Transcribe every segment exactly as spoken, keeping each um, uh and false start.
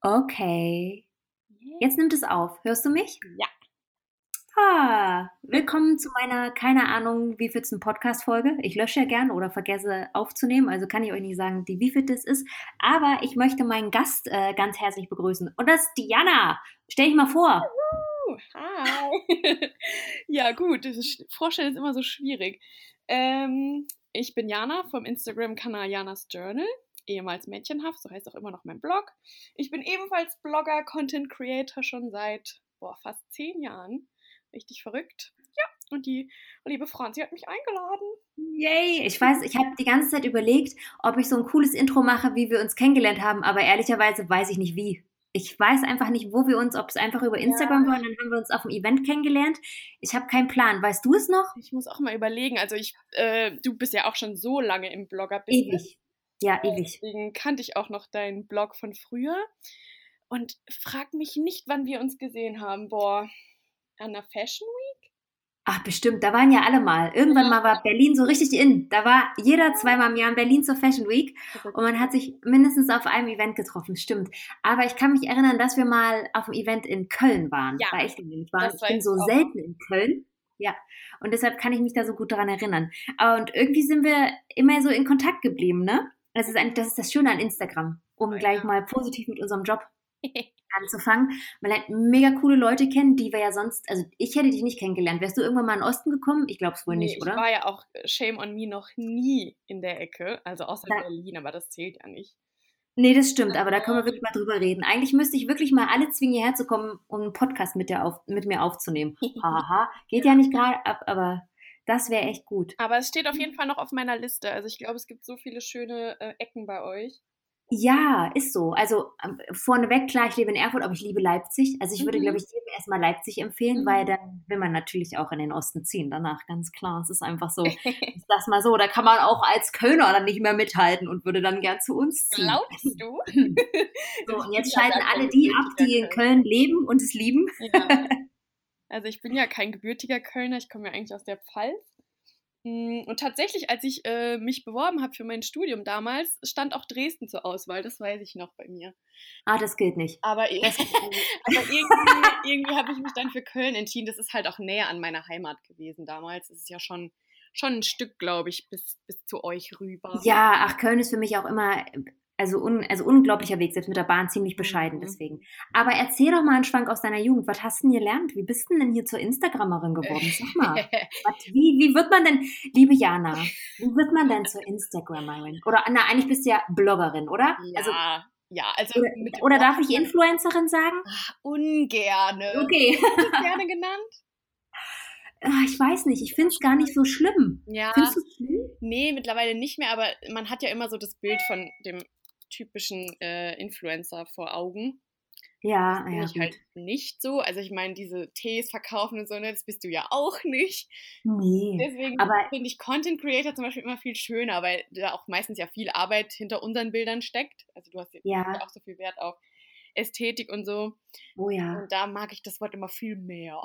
Okay. Jetzt nimmt es auf. Hörst du mich? Ja. Ah, willkommen zu meiner, keine Ahnung, wievielten Podcast-Folge. Ich lösche ja gern oder vergesse aufzunehmen, also kann ich euch nicht sagen, die wievielte es ist. Aber ich möchte meinen Gast äh, ganz herzlich begrüßen. Und das ist Diana. Stell dich mal vor. Uh, hi. Ja, gut, das ist, Vorstellen ist immer so schwierig. Ähm, ich bin Jana vom Instagram-Kanal Janas Journal, ehemals Mädchenhaft, so heißt auch immer noch mein Blog. Ich bin ebenfalls Blogger, Content Creator schon seit boah, fast zehn Jahren. Richtig verrückt. Ja, und die liebe Franzi hat mich eingeladen. Yay! Ich weiß, ich habe die ganze Zeit überlegt, ob ich so ein cooles Intro mache, wie wir uns kennengelernt haben, aber ehrlicherweise weiß ich nicht wie. Ich weiß einfach nicht, wo wir uns, ob es einfach über Instagram Ja. war und dann haben wir uns auf dem Event kennengelernt. Ich habe keinen Plan. Weißt du es noch? Ich muss auch mal überlegen. Also ich, äh, du bist ja auch schon so lange im Blogger-Business. Ewig. Ja, ewig. Deswegen kannte ich auch noch deinen Blog von früher. Und frag mich nicht, wann wir uns gesehen haben. Boah, an der Fashion Week? Ach, bestimmt. Da waren ja alle mal. Irgendwann mal war Berlin so richtig in. Da war jeder zweimal im Jahr in Berlin zur Fashion Week und man hat sich mindestens auf einem Event getroffen. Stimmt. Aber ich kann mich erinnern, dass wir mal auf einem Event in Köln waren. Ja, war echt ich war, das ich bin weiß so ich auch. selten in Köln. Ja. Und deshalb kann ich mich da so gut daran erinnern. Aber und irgendwie sind wir immer so in Kontakt geblieben, ne? Das ist eigentlich, das ist das Schöne an Instagram, um Oh, gleich ja. mal positiv mit unserem Job anzufangen. Man lernt mega coole Leute kennen, die wir ja sonst, also ich hätte dich nicht kennengelernt. Wärst du irgendwann mal in den Osten gekommen? Ich glaube es wohl Nee, nicht, ich oder? war ja auch, äh, shame on me, noch nie in der Ecke. Also außer Da, Berlin, aber das zählt ja nicht. nee, das stimmt, aber da können wir wirklich mal drüber reden. Eigentlich müsste ich wirklich mal alle zwingen, hierher zu kommen, um einen Podcast mit, dir auf, mit mir aufzunehmen. Haha, geht ja nicht gerade ab, aber das wäre echt gut. Aber es steht auf jeden Fall noch auf meiner Liste. Also ich glaube, es gibt so viele schöne äh, Ecken bei euch. Ja, ist so. Also ähm, vorneweg, klar, ich lebe in Erfurt, aber ich liebe Leipzig. Also ich würde, glaube Mhm. ich, jedem erstmal Leipzig empfehlen, Mhm. weil dann will man natürlich auch in den Osten ziehen. Danach, ganz klar. Es ist einfach so, ich sag's mal so, da kann man auch als Kölner dann nicht mehr mithalten und würde dann gern zu uns ziehen. Glaubst du? So, Also und ich bin jetzt ja schalten gar kein alle die ab, gebürtiger die in Kölner. Köln leben und es lieben. Ja. Also ich bin ja kein gebürtiger Kölner, ich komme ja eigentlich aus der Pfalz. Mm, Und tatsächlich, als ich äh, mich beworben habe für mein Studium damals, stand auch Dresden zur Auswahl, das weiß ich noch bei mir. Ah, das gilt nicht. Aber, ir- Das, aber irgendwie, irgendwie habe ich mich dann für Köln entschieden. Das ist halt auch näher an meiner Heimat gewesen damals. Das ist ja schon, schon ein Stück, glaube ich, bis, bis zu euch rüber. ja, ach, Köln ist für mich auch immer, also, un, also unglaublicher Weg, selbst mit der Bahn ziemlich bescheiden Mhm. deswegen. Aber erzähl doch mal einen Schwank aus deiner Jugend. Was hast du denn gelernt? Wie bist du denn hier zur Instagrammerin geworden? Sag mal. Was, wie, wie wird man denn, liebe Jana, wie wird man denn zur Instagrammerin? Oder, na, eigentlich bist du ja Bloggerin, oder? Also, Ja, ja, also oder, mit dem oder Blog darf ich kann man Influencerin sagen? ungerne. Okay. Wirst du gerne genannt? Ah, ich weiß nicht, ich finde es gar nicht so schlimm. Ja, Findest du es schlimm? nee, mittlerweile nicht mehr, aber man hat ja immer so das Bild von dem typischen äh, Influencer vor Augen. Das Ja, bin ja, ich gut. halt nicht so. Also ich meine, diese Tees verkaufen und so, ne, das bist du ja auch nicht. Nee. Deswegen Aber finde ich Content Creator zum Beispiel immer viel schöner, weil da auch meistens ja viel Arbeit hinter unseren Bildern steckt. Also du hast ja ja, auch so viel Wert auf Ästhetik und so. oh ja. Und da mag ich das Wort immer viel mehr.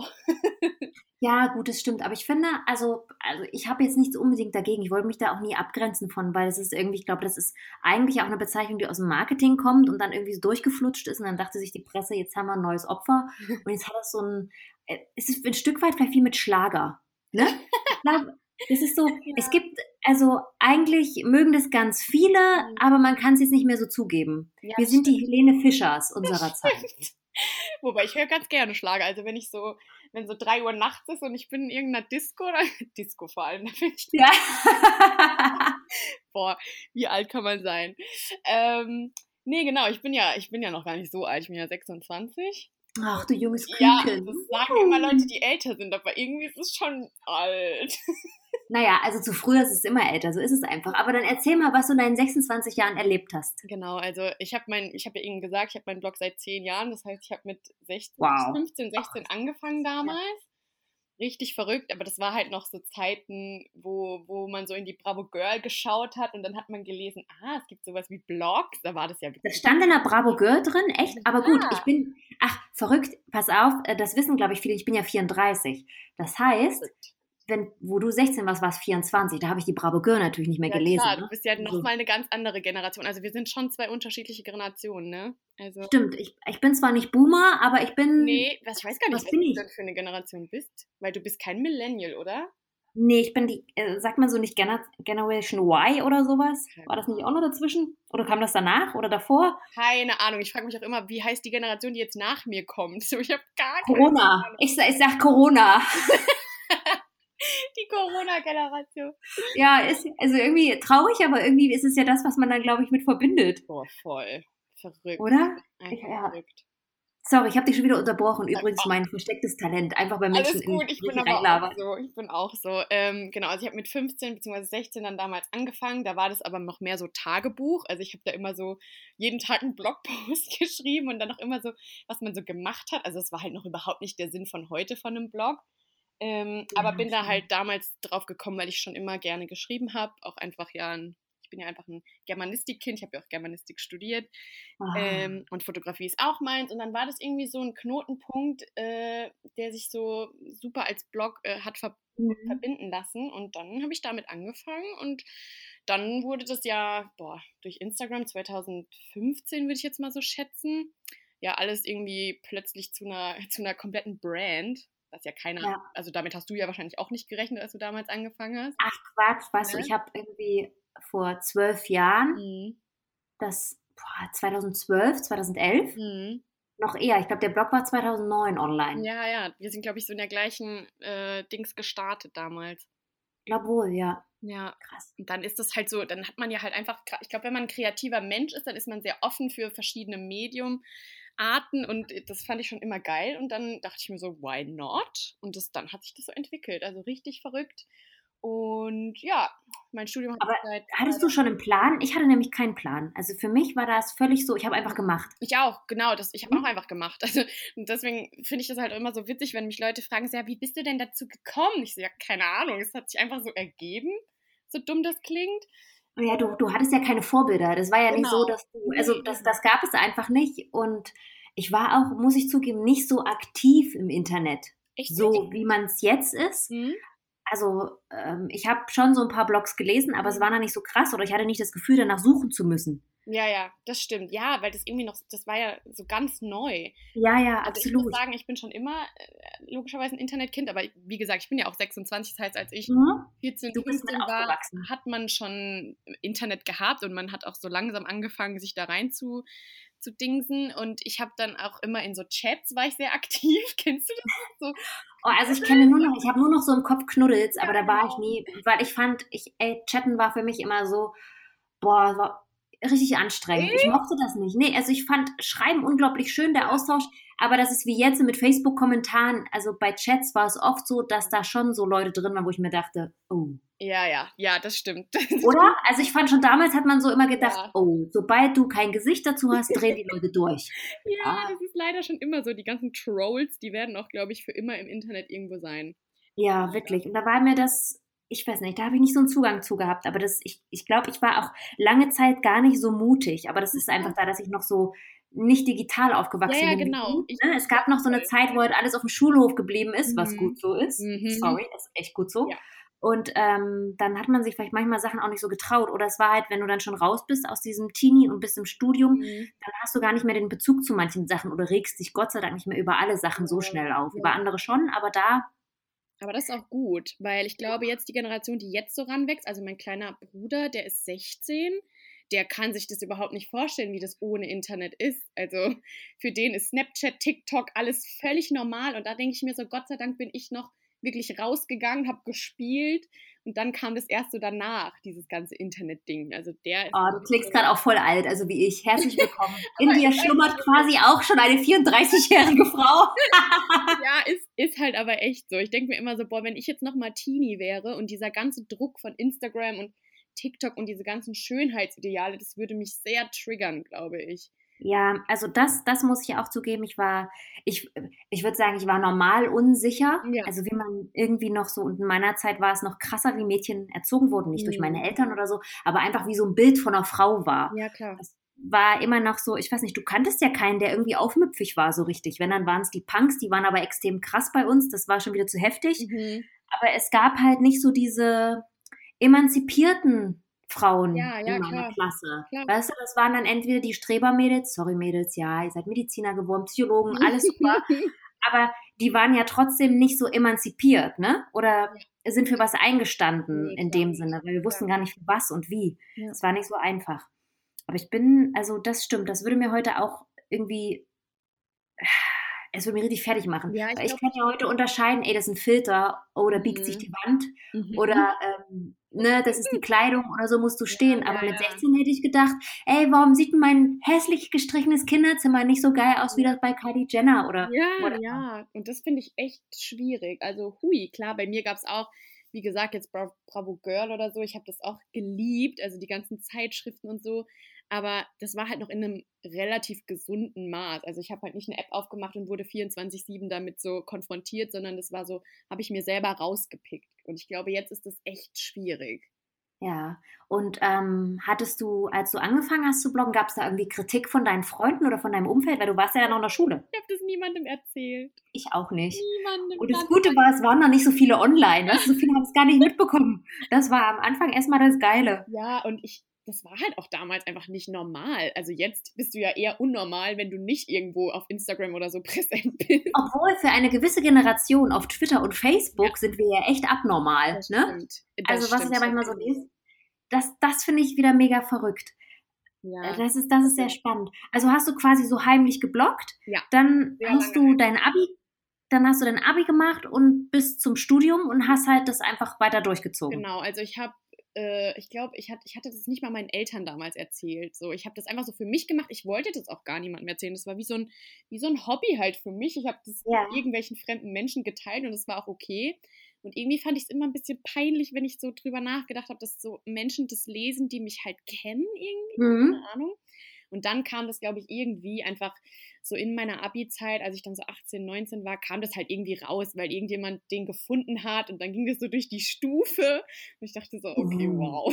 Ja, gut, das stimmt. Aber ich finde, also, also ich habe jetzt nichts unbedingt dagegen. Ich wollte mich da auch nie abgrenzen von, weil es ist irgendwie, ich glaube, das ist eigentlich auch eine Bezeichnung, die aus dem Marketing kommt und dann irgendwie so durchgeflutscht ist. Und dann dachte sich die Presse, jetzt haben wir ein neues Opfer. Und jetzt hat das so ein, äh, es ist ein Stück weit vielleicht wie mit Schlager. Ne? Ich glaube, es ist so, es gibt, also eigentlich mögen das ganz viele, aber man kann es jetzt nicht mehr so zugeben. Ja, Wir das sind die stimmt. Helene Fischers unserer Zeit. Wobei ich höre ganz gerne Schlager. Also wenn ich so, wenn so drei Uhr nachts ist und ich bin in irgendeiner Disco oder Disco vor allem, da finde ich, Ja. boah, wie alt kann man sein? Ähm, nee, genau, ich bin ja, ich bin ja noch gar nicht so alt, ich bin ja sechsundzwanzig. Ach, du junges Ja, Küken. das sagen immer Leute, die älter sind, aber irgendwie ist es schon alt. Naja, also zu früh ist es immer älter, so ist es einfach. Aber dann erzähl mal, was du in deinen sechsundzwanzig Jahren erlebt hast. Genau, also ich habe mein, ich habe ja eben gesagt, ich habe meinen Blog seit zehn Jahren, das heißt, ich habe mit sechzehn, Wow. fünfzehn, sechzehn angefangen damals. Richtig verrückt, aber das war halt noch so Zeiten, wo, wo man so in die Bravo Girl geschaut hat und dann hat man gelesen, ah, es gibt sowas wie Blogs, da war das ja Das wirklich. stand in der Bravo Girl drin, echt? Aber gut, Ja. ich bin, ach, verrückt, pass auf, äh, das wissen, glaube ich, viele, ich bin ja vierunddreißig. Das heißt, Verrückt. wenn, wo du sechzehn warst, war es vierundzwanzig. Da habe ich die Bravo Girl natürlich nicht mehr Ja gelesen. klar, Ne? du bist ja Also, nochmal eine ganz andere Generation. Also wir sind schon zwei unterschiedliche Generationen, ne? Also, stimmt, ich, ich bin zwar nicht Boomer, aber ich bin, nee, was, ich weiß gar nicht, was was bin du ich? denn für eine Generation bist. Weil du bist kein Millennial, oder? Nee, ich bin die, äh, sagt man so nicht Gener Generation Y oder sowas? War Keine das nicht auch noch Ahnung. dazwischen? Oder kam das danach oder davor? Keine Ahnung. Ich frage mich auch immer, wie heißt die Generation, die jetzt nach mir kommt? So, ich habe gar keine Corona. Ahnung. Ich, sa- ich sag Corona. Die Corona-Generation. Ja, ist also irgendwie traurig, aber irgendwie ist es ja das, was man dann, glaube ich, mit verbindet, Boah, voll. Verrückt. oder? Ich, Einfach ja. verrückt. Sorry, ich habe dich schon wieder unterbrochen. Übrigens Ach, mein verstecktes Talent, einfach bei Menschen alles in gut, ich bin Gespräche aber auch reinlabern. so. Ich bin auch so. Ähm, genau, also ich habe mit fünfzehn bzw. sechzehn dann damals angefangen. Da war das aber noch mehr so Tagebuch. Also ich habe da immer so jeden Tag einen Blogpost geschrieben und dann auch immer so, was man so gemacht hat. Also es war halt noch überhaupt nicht der Sinn von heute von einem Blog. Ähm, aber Ja, bin da stimmt. halt damals drauf gekommen, weil ich schon immer gerne geschrieben habe. Auch einfach ja, ein, ich bin ja einfach ein Germanistikkind. Ich habe ja auch Germanistik studiert. Ah, Ähm, und Fotografie ist auch meins. Und dann war das irgendwie so ein Knotenpunkt, äh, der sich so super als Blog äh, hat ver mhm. verbinden lassen. Und dann habe ich damit angefangen. Und dann wurde das ja, boah, durch Instagram zwanzig fünfzehn würde ich jetzt mal so schätzen, ja, alles irgendwie plötzlich zu einer, zu einer kompletten Brand. Was ja keiner, Ja. also damit hast du ja wahrscheinlich auch nicht gerechnet, als du damals angefangen hast. Ach Quatsch, weißt du, Ne? ich habe irgendwie vor zwölf Jahren, Mhm. das boah, zweitausendzwölf, zweitausendelf, Mhm. noch eher. Ich glaube, der Blog war zweitausendneun online. Ja, ja, wir sind, glaube ich, so in der gleichen äh, Dings gestartet damals. Ich glaube wohl, ja. Ja, Krass. und dann ist das halt so, dann hat man ja halt einfach, ich glaube, wenn man ein kreativer Mensch ist, dann ist man sehr offen für verschiedene Mediumarten und das fand ich schon immer geil und dann dachte ich mir so, why not? Und das, dann hat sich das so entwickelt, also richtig verrückt. Und ja, mein Studium habe Aber ich seit hattest du schon einen Plan? Ich hatte nämlich keinen Plan. Also für mich war das völlig so, ich habe einfach gemacht. ich auch, genau, das, ich habe auch Mhm. einfach gemacht. Also, und deswegen finde ich das halt immer so witzig, wenn mich Leute fragen, so, ja, wie bist du denn dazu gekommen? Ich so, ja, keine Ahnung, es hat sich einfach so ergeben, so dumm das klingt. Ja, du, du hattest ja keine Vorbilder. Das war ja nicht so, Genau. dass du, Nee, also das, eben. das gab es einfach nicht. Und ich war auch, muss ich zugeben, nicht so aktiv im Internet, Echt nicht? so wie man es jetzt ist. Hm? Also ähm, ich habe schon so ein paar Blogs gelesen, aber es war dann nicht so krass oder ich hatte nicht das Gefühl, danach suchen zu müssen. Ja, ja, das stimmt. Ja, weil das irgendwie noch, das war ja so ganz neu. Ja, ja, Also ich muss absolut. sagen, ich bin schon immer äh, logischerweise ein Internetkind, aber wie gesagt, ich bin ja auch sechsundzwanzig, das heißt, als ich Mhm. vierzehn, Du bist mit fünfzehn war, aufgewachsen. hat man schon Internet gehabt und man hat auch so langsam angefangen, sich da rein zu, zu dingsen. Und ich habe dann auch immer in so Chats war ich sehr aktiv. Kennst du das noch? So, Oh, also ich kenne nur noch, ich habe nur noch so im Kopf Knuddels, ja, aber da war ich genau. nie, weil ich fand, ich, ey, Chatten war für mich immer so, boah, war richtig anstrengend. Ich Eh? mochte das nicht. Nee, also ich fand Schreiben unglaublich schön, der Austausch, aber das ist wie jetzt mit Facebook-Kommentaren, also bei Chats war es oft so, dass da schon so Leute drin waren, wo ich mir dachte, oh. Ja, ja, ja, das stimmt. Oder? Also ich fand schon damals hat man so immer gedacht, Ja. oh, sobald du kein Gesicht dazu hast, drehen die Leute durch. Ja, Ah, das ist leider schon immer so. Die ganzen Trolls, die werden auch, glaube ich, für immer im Internet irgendwo sein. ja, Leider. wirklich. Und da war mir das, ich weiß nicht, da habe ich nicht so einen Zugang zu gehabt. Aber das, ich, ich glaube, ich war auch lange Zeit gar nicht so mutig. Aber das ist einfach da, dass ich noch so nicht digital Ja, aufgewachsen ja, bin wie genau. du. Ich, Ne? Es gab noch so eine voll. Zeit, wo halt alles auf dem Schulhof geblieben ist, was Mhm. gut so ist. Mhm. Sorry, ist echt gut so. Ja. Und ähm, dann hat man sich vielleicht manchmal Sachen auch nicht so getraut. Oder es war halt, wenn du dann schon raus bist aus diesem Teenie und bist im Studium, Mhm. dann hast du gar nicht mehr den Bezug zu manchen Sachen oder regst dich Gott sei Dank nicht mehr über alle Sachen so schnell auf. Über Ja. andere schon, aber da, Aber das ist auch gut, weil ich glaube, jetzt die Generation, die jetzt so ranwächst, also mein kleiner Bruder, der ist sechzehn, der kann sich das überhaupt nicht vorstellen, wie das ohne Internet ist. Also für den ist Snapchat, TikTok alles völlig normal. Und da denke ich mir so, Gott sei Dank bin ich noch wirklich rausgegangen, habe gespielt und dann kam das erst so danach, dieses ganze Internet-Ding. Also der ist oh, du klingst gerade auch voll alt, also wie ich. Herzlich willkommen. In Aber dir ich weiß schlummert quasi auch schon eine vierunddreißigjährige Frau. ja, ist, ist halt aber echt so. Ich denke mir immer so, boah, wenn ich jetzt nochmal Teenie wäre und dieser ganze Druck von Instagram und TikTok und diese ganzen Schönheitsideale, das würde mich sehr triggern, glaube ich. Ja, also das, das muss ich auch zugeben. Ich war, ich, ich würde sagen, ich war normal unsicher. Ja. Also wie man irgendwie noch so, und in meiner Zeit war es noch krasser, wie Mädchen erzogen wurden. Nicht durch meine Mhm. Eltern oder so, aber einfach wie so ein Bild von einer Frau war. Ja, klar. Das war immer noch so, ich weiß nicht, du kanntest ja keinen, der irgendwie aufmüpfig war so richtig. Wenn, dann waren es die Punks, die waren aber extrem krass bei uns. Das war schon wieder zu heftig. Mhm. aber es gab halt nicht so diese emanzipierten Frauen Ja, in ja, meiner klar, Klasse. klar. Weißt du, das waren dann entweder die Strebermädels, sorry Mädels, ja, ihr seid Mediziner geworden, Psychologen, alles super, aber die waren ja trotzdem nicht so emanzipiert, ne? Oder Ja, sind für was eingestanden nee, in klar dem nicht. Sinne, weil wir Klar. wussten gar nicht für was und wie. Ja. Es war nicht so einfach. Aber ich bin, also das stimmt, das würde mir heute auch irgendwie, es würde mich richtig fertig machen. Ja, ich Weil ich glaube, kann ja heute unterscheiden, ey, das ist ein Filter, oh, da biegt sich mhm. die Wand Mhm. oder ähm, ne, das ist die Kleidung oder so musst du Ja, stehen. ja, Aber mit ja. sechzehn hätte ich gedacht, ey, warum sieht denn mein hässlich gestrichenes Kinderzimmer nicht so geil aus wie Ja. das bei Kylie Jenner oder Ja, whatever. ja. Und das finde ich echt schwierig. Also, hui, klar, bei mir gab es auch, wie gesagt, jetzt Bra Bravo Girl oder so. Ich habe das auch geliebt, also die ganzen Zeitschriften und so. Aber das war halt noch in einem relativ gesunden Maß. Also ich habe halt nicht eine App aufgemacht und wurde vierundzwanzig sieben damit so konfrontiert, sondern das war so, habe ich mir selber rausgepickt. Und ich glaube, jetzt ist das echt schwierig. Ja. Und ähm, hattest du, als du angefangen hast zu bloggen, gab es da irgendwie Kritik von deinen Freunden oder von deinem Umfeld? Weil du warst ja dann noch in der Schule. Ich habe das niemandem erzählt. Ich auch nicht. Niemandem. Und das Ganz Gute war, es waren noch nicht so viele online. Weißt du, so viele haben es gar nicht mitbekommen. Das war am Anfang erstmal das Geile. Ja, und ich, das war halt auch damals einfach nicht normal. Also jetzt bist du ja eher unnormal, wenn du nicht irgendwo auf Instagram oder so präsent bist. Obwohl für eine gewisse Generation auf Twitter und Facebook Ja. sind wir ja echt abnormal. Das Ne? stimmt. Das Also was stimmt. ich ja manchmal so lese, das, das finde ich wieder mega verrückt. Ja. Das ist, das ist sehr spannend. Also hast du quasi so heimlich gebloggt, Ja. dann Sehr hast lange du dein Abi, dann hast du dein Abi gemacht und bis zum Studium und hast halt das einfach weiter durchgezogen. Genau, also ich habe, äh, ich glaube, ich, hat, ich hatte das nicht mal meinen Eltern damals erzählt. So, ich habe das einfach so für mich gemacht. Ich wollte das auch gar niemandem erzählen. Das war wie so ein, wie so ein Hobby halt für mich. Ich habe das Ja. mit irgendwelchen fremden Menschen geteilt und das war auch okay. Und irgendwie fand ich es immer ein bisschen peinlich, wenn ich so drüber nachgedacht habe, dass so Menschen das lesen, die mich halt kennen irgendwie, Mhm. keine Ahnung. Und dann kam das, glaube ich, irgendwie einfach so in meiner Abi-Zeit, als ich dann so achtzehn, neunzehn war, kam das halt irgendwie raus, weil irgendjemand den gefunden hat und dann ging das so durch die Stufe und ich dachte so, okay, Mhm. wow.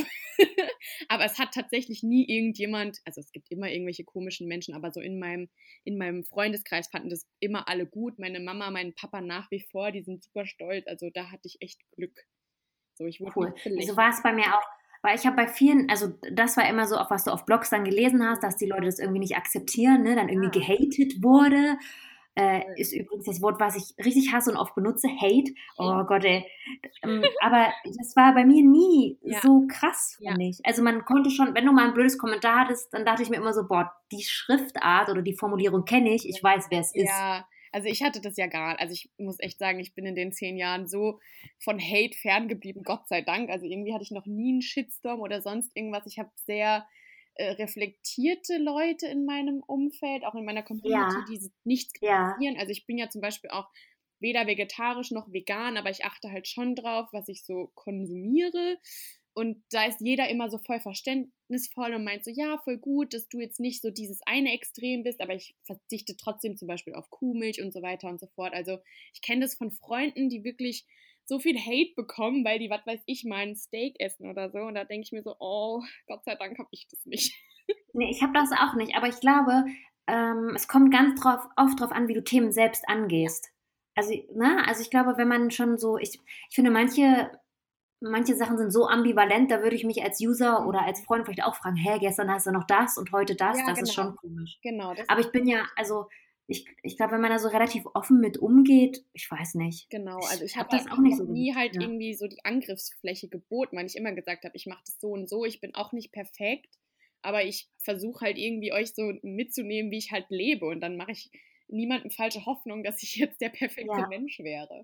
Aber es hat tatsächlich nie irgendjemand, also es gibt immer irgendwelche komischen Menschen, aber so in meinem, in meinem Freundeskreis fanden das immer alle gut. Meine Mama, mein Papa nach wie vor, die sind super stolz, also da hatte ich echt Glück. So, ich wurde Cool. nicht belächelt. So war es bei mir auch. Weil ich habe bei vielen, also das war immer so, auch was du auf Blogs dann gelesen hast, dass die Leute das irgendwie nicht akzeptieren, ne? Dann irgendwie Ja. gehatet wurde. Äh, ist übrigens das Wort, was ich richtig hasse und oft benutze, Hate. Oh Gott, ey. Ähm, aber das war bei mir nie Ja. so krass, Ja. fand ich. Also man konnte schon, wenn du mal ein blödes Kommentar hattest, dann dachte ich mir immer so, boah, die Schriftart oder die Formulierung kenne ich, ich weiß, wer es ist. Ja, also ich hatte das ja gar, also ich muss echt sagen, ich bin in den zehn Jahren so von Hate ferngeblieben, Gott sei Dank. Also irgendwie hatte ich noch nie einen Shitstorm oder sonst irgendwas. Ich habe sehr äh, reflektierte Leute in meinem Umfeld, auch in meiner Community, Ja. die nichts Ja. kritisieren. Also ich bin ja zum Beispiel auch weder vegetarisch noch vegan, aber ich achte halt schon drauf, was ich so konsumiere. Und da ist jeder immer so voll verständnisvoll und meint so, ja, voll gut, dass du jetzt nicht so dieses eine Extrem bist, aber ich verzichte trotzdem zum Beispiel auf Kuhmilch und so weiter und so fort. Also ich kenne das von Freunden, die wirklich so viel Hate bekommen, weil die, was weiß ich, mal ein Steak essen oder so. Und da denke ich mir so, oh, Gott sei Dank habe ich das nicht. Nee, ich habe das auch nicht, aber ich glaube, ähm, es kommt ganz drauf, oft drauf an, wie du Themen selbst angehst. Also, ne, also ich glaube, wenn man schon so, ich, ich finde, manche, manche Sachen sind so ambivalent, da würde ich mich als User oder als Freund vielleicht auch fragen, hä, gestern hast du noch das und heute das, Ja, das ist genau. schon komisch. Genau. Das Aber ich bin ja, also ich, ich glaube, wenn man da so relativ offen mit umgeht, ich weiß nicht. Genau, also ich hab habe das auch nicht so nie gemacht, halt ja. irgendwie so die Angriffsfläche geboten, weil ich immer gesagt habe, ich mache das so und so, ich bin auch nicht perfekt, aber ich versuche halt irgendwie euch so mitzunehmen, wie ich halt lebe und dann mache ich niemandem falsche Hoffnung, dass ich jetzt der perfekte Ja. Mensch wäre.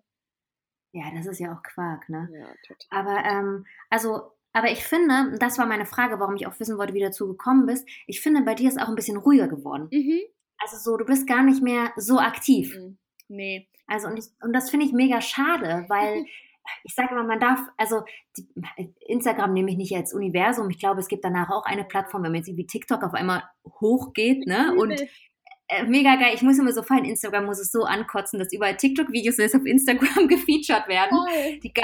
Ja, das ist ja auch Quark, ne? Ja, total. Aber, ähm, also, aber ich finde, das war meine Frage, warum ich auch wissen wollte, wie du dazu gekommen bist. Ich finde, bei dir ist auch ein bisschen ruhiger geworden. Mhm. Also so, du bist gar nicht mehr so aktiv. Mhm. Nee. Also und, ich, und das finde ich mega schade, weil ich sage immer, man darf, also die, Instagram nehme ich nicht als Universum. Ich glaube, es gibt danach auch eine Plattform, wenn man jetzt wie TikTok auf einmal hochgeht, ne? Und äh, mega geil. Ich muss immer so fallen, Instagram muss es so ankotzen, dass überall TikTok-Videos jetzt auf Instagram gefeatured werden. Voll. Die ganzen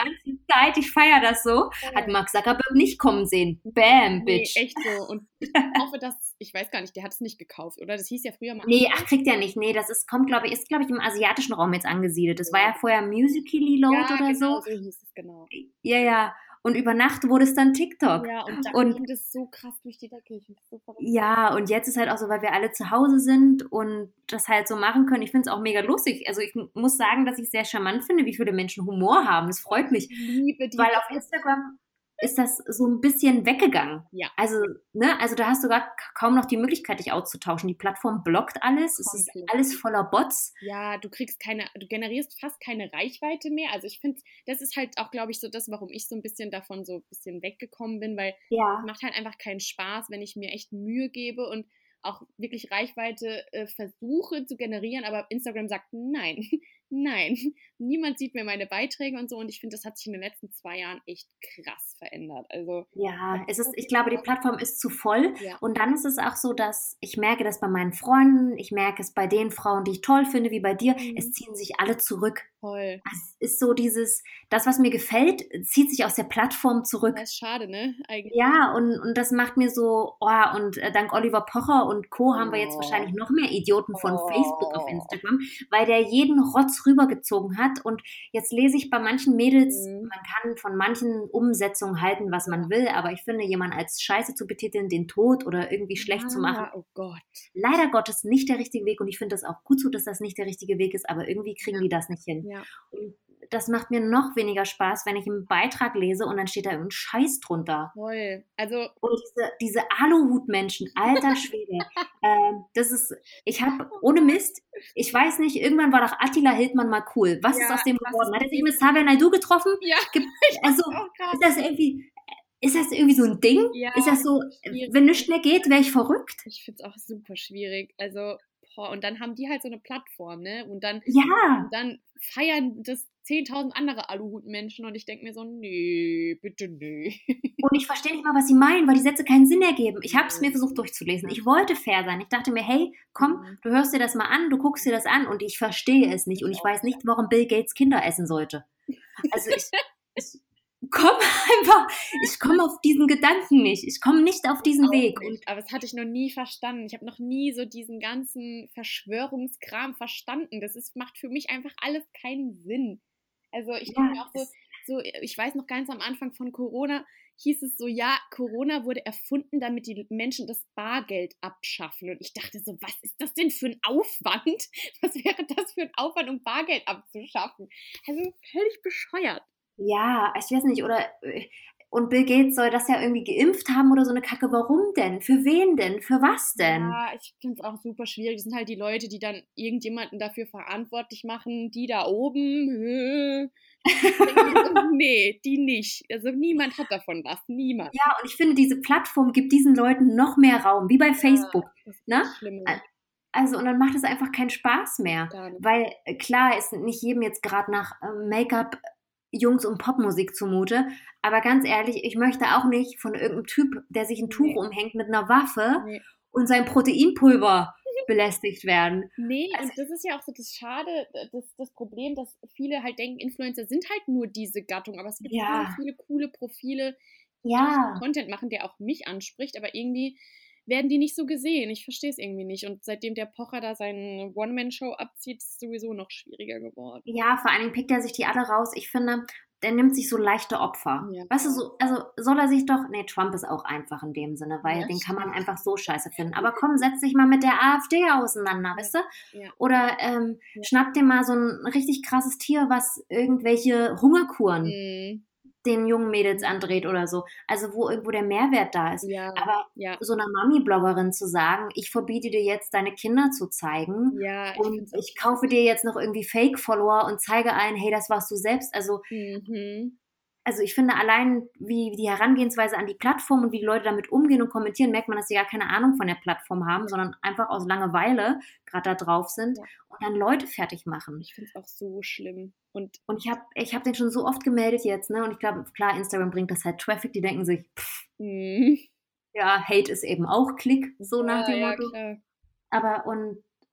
Zeit, ich feiere das so. Hat Mark Zuckerberg nicht kommen sehen. Bam, Nee, Bitch. echt so. Und ich hoffe, dass, ich weiß gar nicht, der hat es nicht gekauft, oder? Das hieß ja früher mal. Nee, ach, kriegt er nicht. Nee, das ist, kommt, glaube ich, ist, glaube ich, im asiatischen Raum jetzt angesiedelt. Das war ja vorher Musical.ly Load Ja, oder genau, so. so hieß es, genau. Ja, ja. Und über Nacht wurde es dann TikTok. Ja, und da Und ging das so krass durch die Decke. Ich find's so verrückt. ja, und jetzt ist halt auch so, weil wir alle zu Hause sind und das halt so machen können. Ich finde es auch mega lustig. Also ich m- muss sagen, dass ich es sehr charmant finde, wie viele Menschen Humor haben. Das freut mich. Ich liebe die. Weil auf Instagram ist das so ein bisschen weggegangen. Ja. Also, ne, also da hast du gar k- kaum noch die Möglichkeit, dich auszutauschen. Die Plattform blockt alles. Es ist Komplett. alles voller Bots. Ja, du kriegst keine, du generierst fast keine Reichweite mehr. Also ich finde, das ist halt auch, glaube ich, so das, warum ich so ein bisschen davon so ein bisschen weggekommen bin, weil Ja. es macht halt einfach keinen Spaß, wenn ich mir echt Mühe gebe und auch wirklich Reichweite äh, versuche zu generieren, aber Instagram sagt nein, nein, niemand sieht mehr meine Beiträge und so und ich finde, das hat sich in den letzten zwei Jahren echt krass verändert. Also Ja, es ist, ich glaube, die Plattform ist zu voll. ja, Und dann ist es auch so, dass ich merke das bei meinen Freunden, ich merke es bei den Frauen, die ich toll finde, wie bei dir, es mhm, ziehen sich alle zurück. voll. Es ist so dieses, das, was mir gefällt, zieht sich aus der Plattform zurück. Das ist schade, ne? Eigentlich. Ja, und, und das macht mir so, oh, und äh, dank Oliver Pocher und Co. haben wir jetzt Oh, wahrscheinlich noch mehr Idioten von Facebook auf oh. Instagram, weil der jeden Rotz rübergezogen hat. Und jetzt lese ich bei manchen Mädels, Mhm. man kann von manchen Umsetzungen halten, was man will, aber ich finde, jemanden als Scheiße zu betiteln, den Tod oder irgendwie schlecht zu machen, Ja, oh Gott. leider Gottes nicht der richtige Weg. Und ich finde das auch gut so, dass das nicht der richtige Weg ist, aber irgendwie kriegen Ja, die das nicht hin. ja, Und das macht mir noch weniger Spaß, wenn ich einen Beitrag lese und dann steht da irgendein Scheiß drunter. voll. Also, Und diese, diese Aluhutmenschen, alter Schwede, ähm, das ist, ich habe, ohne Mist, ich weiß nicht, irgendwann war doch Attila Hildmann mal cool. Was ist ja, aus dem was geworden? ist Hat er mit sich dem? mit Xavier Naidoo getroffen? Ja, Gibt, ich also, fand's auch krass. ist das irgendwie, ist das irgendwie so ein Ding? Ja, Ist das so, schwierig. wenn nichts mehr geht, wäre ich verrückt? Ich finde es auch super schwierig. Also, boah, und dann haben die halt so eine Plattform, ne? Und dann, Ja, und dann feiern das zehntausend andere Aluhutmenschen und ich denke mir so, nee, bitte nee. und ich verstehe nicht mal, was sie meinen, weil die Sätze keinen Sinn ergeben. Ich habe es mir versucht durchzulesen. Ich wollte fair sein. Ich dachte mir, hey, komm, Mhm. du hörst dir das mal an, du guckst dir das an und ich verstehe es nicht. Und ich weiß nicht, warum Bill Gates Kinder essen sollte. Also ich, ich komme einfach, ich komme auf diesen Gedanken nicht. Ich komme nicht auf diesen Auch Weg. nicht. Und Aber das hatte ich noch nie verstanden. Ich habe noch nie so diesen ganzen Verschwörungskram verstanden. Das ist, macht für mich einfach alles keinen Sinn. Also ich denke ja, mir auch so, es, so, ich weiß noch ganz am Anfang von Corona, hieß es so, ja, Corona wurde erfunden, damit die Menschen das Bargeld abschaffen. Und ich dachte so, was ist das denn für ein Aufwand? Was wäre das für ein Aufwand, um Bargeld abzuschaffen? Also völlig bescheuert. ja, ich weiß nicht, oder äh, und Bill Gates soll das ja irgendwie geimpft haben oder so eine Kacke. Warum denn? Für wen denn? Für was denn? Ja, ich finde es auch super schwierig. Das sind halt die Leute, die dann irgendjemanden dafür verantwortlich machen, die da oben. äh, Ich denke mir so, nee, die nicht. Also niemand hat davon was. Niemand. Ja, und ich finde, diese Plattform gibt diesen Leuten noch mehr Raum, wie bei Ja, Facebook. das ist Ne? echt schlimm. Ä- Also, und dann macht es einfach keinen Spaß mehr. Gar nicht. Weil äh, klar ist nicht jedem jetzt gerade nach äh, Make-up, Jungs und Popmusik zumute. Aber ganz ehrlich, ich möchte auch nicht von irgendeinem Typ, der sich ein Tuch Nee, umhängt mit einer Waffe nee. und sein Proteinpulver belästigt werden. Nee, Also, und das ist ja auch so das Schade, das, das Problem, dass viele halt denken, Influencer sind halt nur diese Gattung, aber es gibt so ja, viele coole Profile, die ja. Content machen, der auch mich anspricht, aber irgendwie werden die nicht so gesehen. Ich verstehe es irgendwie nicht. Und seitdem der Pocher da seine One-Man-Show abzieht, ist es sowieso noch schwieriger geworden. Ja, vor allen Dingen pickt er sich die alle raus. Ich finde, der nimmt sich so leichte Opfer. Ja, Weißt du, so, also soll er sich doch, nee, Trump ist auch einfach in dem Sinne, weil ja, den kann man stimmt. einfach so scheiße finden. Aber komm, setz dich mal mit der AfD auseinander, Ja, weißt du? ja, Oder ähm, ja. schnapp dir mal so ein richtig krasses Tier, was irgendwelche Hungerkuren Mm, den jungen Mädels andreht oder so. Also wo irgendwo der Mehrwert da ist. ja, Aber ja, so einer Mami-Bloggerin zu sagen, ich verbiete dir jetzt deine Kinder zu zeigen ja, ich und finde es auch ich kaufe dir jetzt noch irgendwie Fake-Follower und zeige allen, hey, das warst du selbst. Also, mhm. also ich finde allein, wie die Herangehensweise an die Plattform und wie die Leute damit umgehen und kommentieren, merkt man, dass sie gar keine Ahnung von der Plattform haben, Ja, sondern einfach aus Langeweile gerade da drauf sind ja. und dann Leute fertig machen. Ich finde es auch so schlimm. Und Und ich habe ich hab den schon so oft gemeldet jetzt, ne? Und ich glaube, klar, Instagram bringt das halt Traffic, die denken sich, pff, mm, ja, Hate ist eben auch Klick, so nach ja, dem ja, Motto. klar. Aber und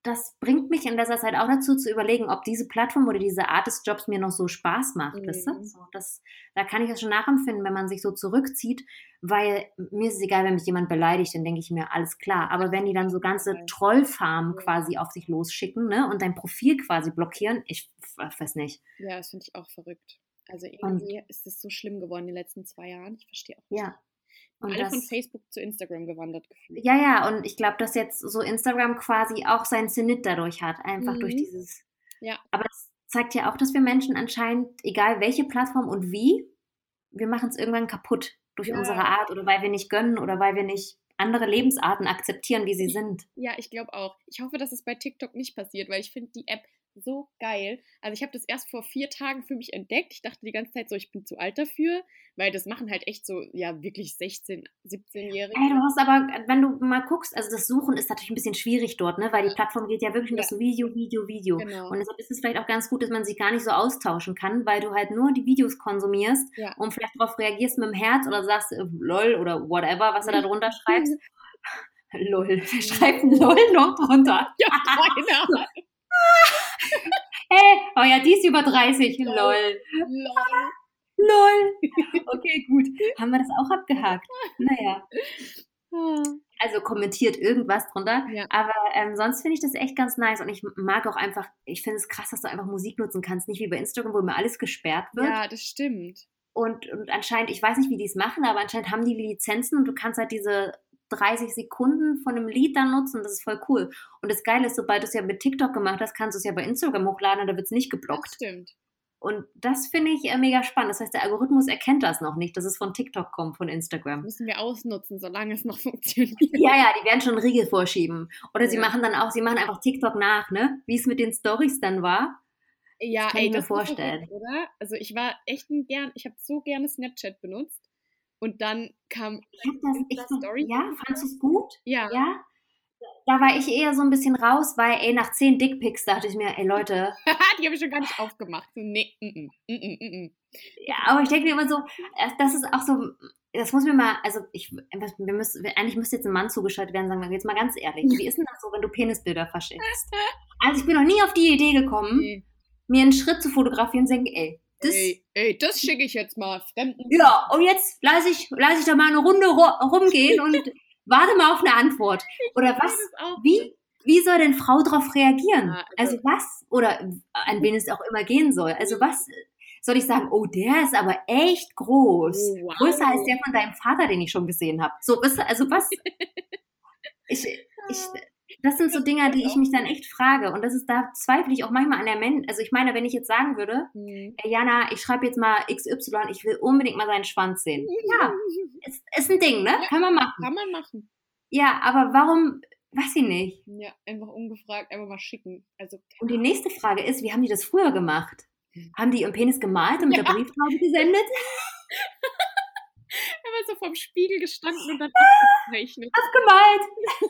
das bringt mich in letzter Zeit auch dazu zu überlegen, ob diese Plattform oder diese Art des Jobs mir noch so Spaß macht, mhm. weißt du? So, das, da kann ich das schon nachempfinden, wenn man sich so zurückzieht, weil mir ist es egal, wenn mich jemand beleidigt, dann denke ich mir, alles klar. Aber wenn die dann so ganze Trollfarmen ja. quasi auf sich losschicken, ne, und dein Profil quasi blockieren, ich weiß nicht. Ja, das finde ich auch verrückt. Also irgendwie und, ist es so schlimm geworden in den letzten zwei Jahren. Ich verstehe auch nicht. Ja. Und alle das, von Facebook zu Instagram gewandert gefühlt. Ja, ja, und ich glaube, dass jetzt so Instagram quasi auch seinen Zenit dadurch hat, einfach mhm. durch dieses. Ja. Aber es zeigt ja auch, dass wir Menschen anscheinend, egal welche Plattform und wie, wir machen es irgendwann kaputt durch ja. unsere Art oder weil wir nicht gönnen oder weil wir nicht andere Lebensarten akzeptieren, wie sie sind. Ja, ich glaube auch. Ich hoffe, dass es bei TikTok nicht passiert, weil ich finde die App so geil. Also ich habe das erst vor vier Tagen für mich entdeckt. Ich dachte die ganze Zeit so, ich bin zu alt dafür, weil das machen halt echt so, ja, wirklich sechzehn-, siebzehnjährige. Ey, du hast aber, wenn du mal guckst, also das Suchen ist natürlich ein bisschen schwierig dort, ne, weil die Plattform geht ja wirklich um ja. das Video, Video, Video. Genau. Und deshalb ist es vielleicht auch ganz gut, dass man sich gar nicht so austauschen kann, weil du halt nur die Videos konsumierst ja. und vielleicht darauf reagierst mit dem Herz oder sagst, äh, lol oder whatever, was du da drunter schreibst. Lol, wer schreibt ein LOL noch drunter? Ja, keine Ahnung. Hey, oh ja, die ist über dreißig. Lol. Lol. Lol. Okay, gut. Haben wir das auch abgehakt? Naja. Also kommentiert irgendwas drunter. Ja. Aber ähm, sonst finde ich das echt ganz nice. Und ich mag auch einfach, ich finde es krass, dass du einfach Musik nutzen kannst. Nicht wie bei Instagram, wo immer alles gesperrt wird. Ja, das stimmt. Und, und anscheinend, ich weiß nicht, wie die es machen, aber anscheinend haben die Lizenzen und du kannst halt diese dreißig Sekunden von einem Lied dann nutzen, das ist voll cool. Und das Geile ist, sobald du es ja mit TikTok gemacht hast, kannst du es ja bei Instagram hochladen und da wird es nicht geblockt. Das stimmt. Und das finde ich äh, mega spannend. Das heißt, der Algorithmus erkennt das noch nicht, dass es von TikTok kommt, von Instagram. Das müssen wir ausnutzen, solange es noch funktioniert. Ja, ja, die werden schon einen Riegel vorschieben. Oder ja. sie machen dann auch, sie machen einfach TikTok nach, ne? Wie es mit den Storys dann war. Ja, das kann ey, ich mir das vorstellen. Ist verrückt, oder? Also ich war echt ein gern, ich habe so gerne Snapchat benutzt. Und dann kam ich hab das, ich, Story. Ja, fandst du es gut? Ja. Ja. Da war ich eher so ein bisschen raus, weil, ey, nach zehn Dickpics dachte ich mir, ey, Leute. Die habe ich schon gar nicht aufgemacht. So, nee, mm, mm, mm, mm. Ja, aber ich denke mir immer so, das ist auch so, das muss mir mal, also ich, wir müssen, eigentlich müsste jetzt ein Mann zugeschaltet werden, sagen wir jetzt mal ganz ehrlich, wie ist denn das so, wenn du Penisbilder verschickst? Also ich bin noch nie auf die Idee gekommen, nee. mir einen Schritt zu fotografieren und denken, ey, das, ey, ey, das schicke ich jetzt mal Fremden. Ja, und jetzt lasse ich, lass ich da mal eine Runde rumgehen und warte mal auf eine Antwort. Oder was? Wie, wie soll denn Frau darauf reagieren? Ja, also, also was? Oder an wen es auch immer gehen soll. Also was? Soll ich sagen, oh, der ist aber echt groß. Oh, wow. Größer als der von deinem Vater, den ich schon gesehen habe. So, also was? Ich, ich, das sind so Dinger, die ich mich dann echt frage. Und das ist, da zweifle ich auch manchmal an der Mensch. Also ich meine, wenn ich jetzt sagen würde, mhm. hey Jana, ich schreibe jetzt mal X Y, ich will unbedingt mal seinen Schwanz sehen. Ja, ist, ist ein Ding, ne? Ja, kann man machen. Kann man machen. Ja, aber warum, weiß ich nicht. Ja, einfach ungefragt, einfach mal schicken. Also, und die nächste Frage ist, wie haben die das früher gemacht? Haben die ihren Penis gemalt und mit ja. der Brieftaube gesendet? Einfach so vorm Spiegel gestanden und dann abgezeichnet. Abgemalt!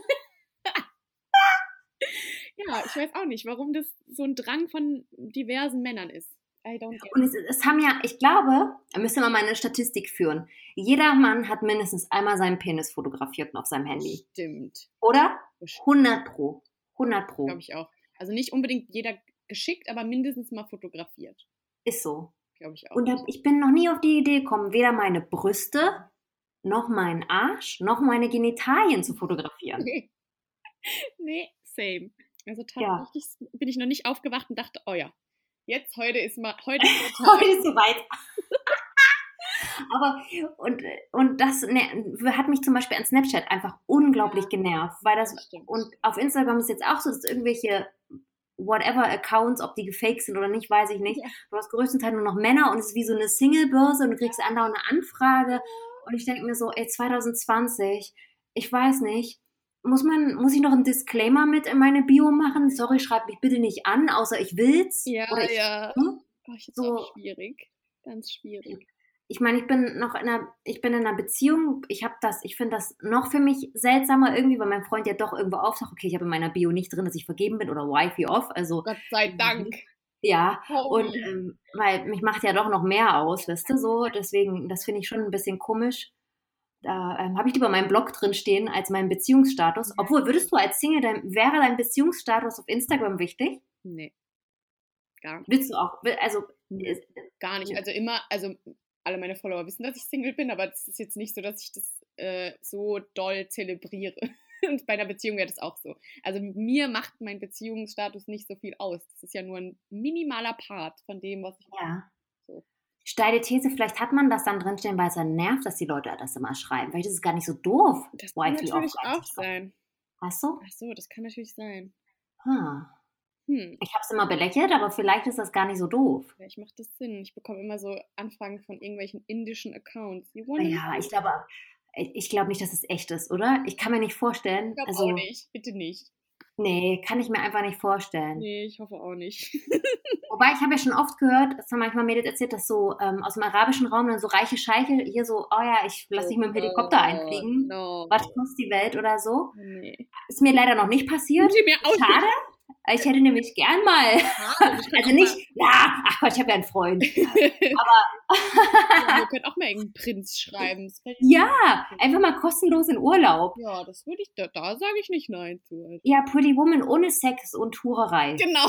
Ja, ich weiß auch nicht, warum das so ein Drang von diversen Männern ist. I don't get und es, es haben ja, ich glaube, da müssen wir mal eine Statistik führen. Jeder Mann hat mindestens einmal seinen Penis fotografiert auf seinem Handy. Stimmt. Oder? hundert pro. hundert pro. Glaube ich auch. Also nicht unbedingt jeder geschickt, aber mindestens mal fotografiert. Ist so. Glaube ich auch. Und ich bin noch nie auf die Idee gekommen, weder meine Brüste, noch meinen Arsch, noch meine Genitalien zu fotografieren. Nee, nee same. Also tatsächlich ja. bin ich noch nicht aufgewacht und dachte, oh ja, jetzt, heute ist mal, heute ist der Tag. Heute ist soweit. Aber, und, und das ne, hat mich zum Beispiel an Snapchat einfach unglaublich ja, genervt, weil das, das und auf Instagram ist jetzt auch so, dass irgendwelche whatever Accounts, ob die gefaked sind oder nicht, weiß ich nicht. Ja. Du hast größtenteils nur noch Männer und es ist wie so eine Single-Börse und du kriegst andauernd eine Anfrage und ich denke mir so, ey, zwanzig zwanzig, ich weiß nicht, muss man, muss ich noch einen Disclaimer mit in meine Bio machen? Sorry, schreib mich bitte nicht an, außer ich will's. Ja, oder ich, ja. Hm? Oh, ich so auch schwierig. Ganz schwierig. Ich meine, ich bin noch in einer, ich bin in einer Beziehung, ich habe das, ich finde das noch für mich seltsamer irgendwie, weil mein Freund ja doch irgendwo auftaucht, okay, ich habe in meiner Bio nicht drin, dass ich vergeben bin oder Wifey off, also. Gott sei Dank. Ja, oh. und ähm, weil mich macht ja doch noch mehr aus, weißt du, so, deswegen, das finde ich schon ein bisschen komisch. Da ähm, habe ich lieber meinen Blog drin stehen als meinen Beziehungsstatus. Obwohl, würdest du als Single, dein, wäre dein Beziehungsstatus auf Instagram wichtig? Nee, gar nicht. Willst du auch, will- also, Nee, ist, gar nicht. Also immer, also alle meine Follower wissen, dass ich Single bin, aber es ist jetzt nicht so, dass ich das äh, so doll zelebriere. Und bei einer Beziehung wäre das auch so. Also mir macht mein Beziehungsstatus nicht so viel aus. Das ist ja nur ein minimaler Part von dem, was ich ja. so. Steile These, vielleicht hat man das dann drinstehen, weil es dann nervt, dass die Leute das immer schreiben. Vielleicht ist es gar nicht so doof, Das kann Wifely natürlich offline auch zu schreiben. sein. Weißt du? Ach so, das kann natürlich sein. Hm. Hm, Ich habe es immer belächelt, aber vielleicht ist das gar nicht so doof. vielleicht macht das Sinn. Ich bekomme immer so Anfragen von irgendwelchen indischen Accounts. You wanna Ja, know? ich glaube, ich glaube nicht, dass es echt ist, oder? Ich kann mir nicht vorstellen. Ich glaube Also, auch nicht. Bitte nicht. nee, kann ich mir einfach nicht vorstellen. Nee, ich hoffe auch nicht. Wobei, ich habe ja schon oft gehört, dass haben manchmal Mädels erzählt, dass so ähm, aus dem arabischen Raum dann so reiche Scheiche hier so, oh ja, ich lasse dich mit dem Helikopter einfliegen. No. Was kostet die Welt oder so? Nee. Ist mir leider noch nicht passiert. Sie mir auch Schade. Ich hätte nämlich gern mal. Also nicht, ja, ach Gott, ich habe ja einen Freund. Aber Ja, wir können auch mal irgendeinen Prinz schreiben. Das fällt- ja, einfach mal kostenlos in Urlaub. Ja, das würde ich, da, da sage ich nicht nein zu. Also. Ja, Pretty Woman ohne Sex und Tourerei. Genau.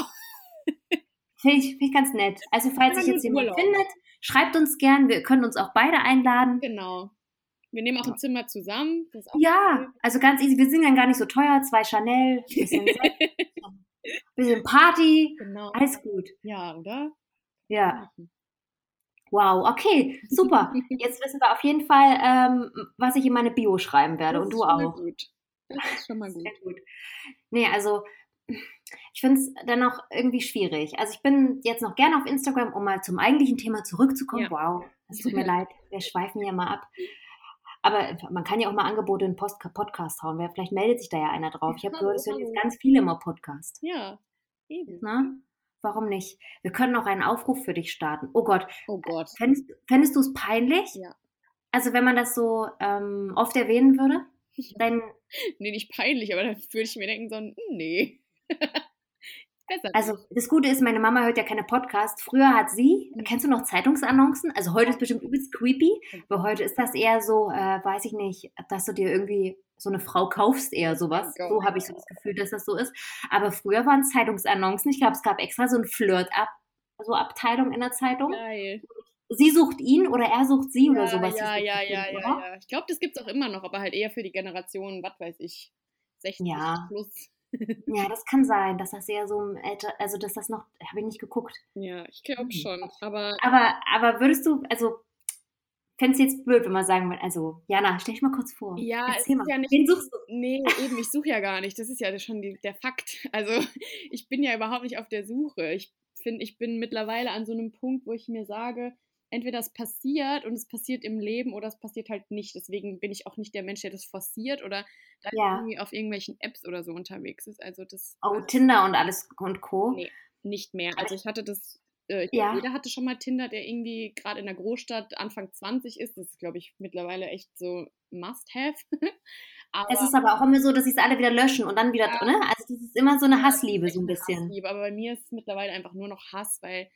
Finde ich, find ich ganz nett. Also falls Ja, sich jetzt nur jemand Urlaub. findet, schreibt uns gern. Wir können uns auch beide einladen. Genau. Wir nehmen auch ein Zimmer zusammen. Das ist auch Ja, also ganz easy. Wir sind dann gar nicht so teuer. Zwei Chanel, bisschen Sex, bisschen Party. Genau. Alles gut. Ja, oder? Ja. Wow, okay, super. Jetzt wissen wir auf jeden Fall, ähm, was ich in meine Bio schreiben werde. Das Und ist du schon mal auch. gut. Das ist schon mal gut. Sehr gut. Nee, also ich finde es dennoch irgendwie schwierig. Also ich bin jetzt noch gerne auf Instagram, um mal zum eigentlichen Thema zurückzukommen. Ja. Wow, es tut mir leid, wir schweifen ja mal ab. Aber man kann ja auch mal Angebote in den Post Podcast hauen. Wer- Vielleicht meldet sich da ja einer drauf. Ich habe Hallo, gehört, es hören jetzt hallo. ganz viele immer Podcast. Ja, eben. Na? Warum nicht? Wir können auch einen Aufruf für dich starten. Oh Gott, Oh Gott. fändest, fändest du es peinlich? Ja. Also wenn man das so ähm, oft erwähnen würde? Dein, Nee, nicht peinlich, aber da würde ich mir denken, so, hm, nee. Besser also nicht. das Gute ist, meine Mama hört ja keine Podcasts. Früher hat sie, Mhm. kennst du noch Zeitungsannoncen? Also heute ist bestimmt übelst creepy, Mhm. aber heute ist das eher so, äh, weiß ich nicht, dass du dir irgendwie so eine Frau kaufst, eher sowas. Gott. So habe ich so das Gefühl, dass das so ist. Aber früher waren es Zeitungsannoncen. Ich glaube, es gab extra so eine Flirt-Ab, so Abteilung in der Zeitung. Geil. Sie sucht ihn oder er sucht sie oder Ja, sowas. ja, hieß das ja, bestimmt, ja, ja, oder? ja. Ich glaube, das gibt's auch immer noch, aber halt eher für die Generation, was weiß ich, sechzig Ja. plus. Ja, das kann sein, dass das eher so ein älter, also dass das noch, habe ich nicht geguckt. Ja, ich glaube Hm. schon. Aber Aber, aber würdest du, also fändest du jetzt blöd, wenn man sagen würde, also Jana, stell dich mal kurz vor. ja, es Erzähl ist mal, ja nicht. wen suchst du? Nee, eben, ich suche ja gar nicht. Das ist ja schon die, der Fakt. Also ich bin ja überhaupt nicht auf der Suche. Ich finde, ich bin mittlerweile an so einem Punkt, wo ich mir sage, entweder es passiert und es passiert im Leben oder es passiert halt nicht. Deswegen bin ich auch nicht der Mensch, der das forciert oder da Ja. irgendwie auf irgendwelchen Apps oder so unterwegs ist. Also das Oh, Tinder und alles und Co. nee, nicht mehr. Also ich hatte das, äh, ich Ja. glaube, jeder hatte schon mal Tinder, der irgendwie gerade in der Großstadt Anfang zwanzig ist. Das ist, glaube ich, mittlerweile echt so Must-Have. Aber Es ist aber auch immer so, dass sie es alle wieder löschen und dann wieder, Ja. ne? Also das ist immer so eine Ja, Hassliebe, echt so ein eine bisschen. Hassliebe. Aber bei mir ist es mittlerweile einfach nur noch Hass, weil,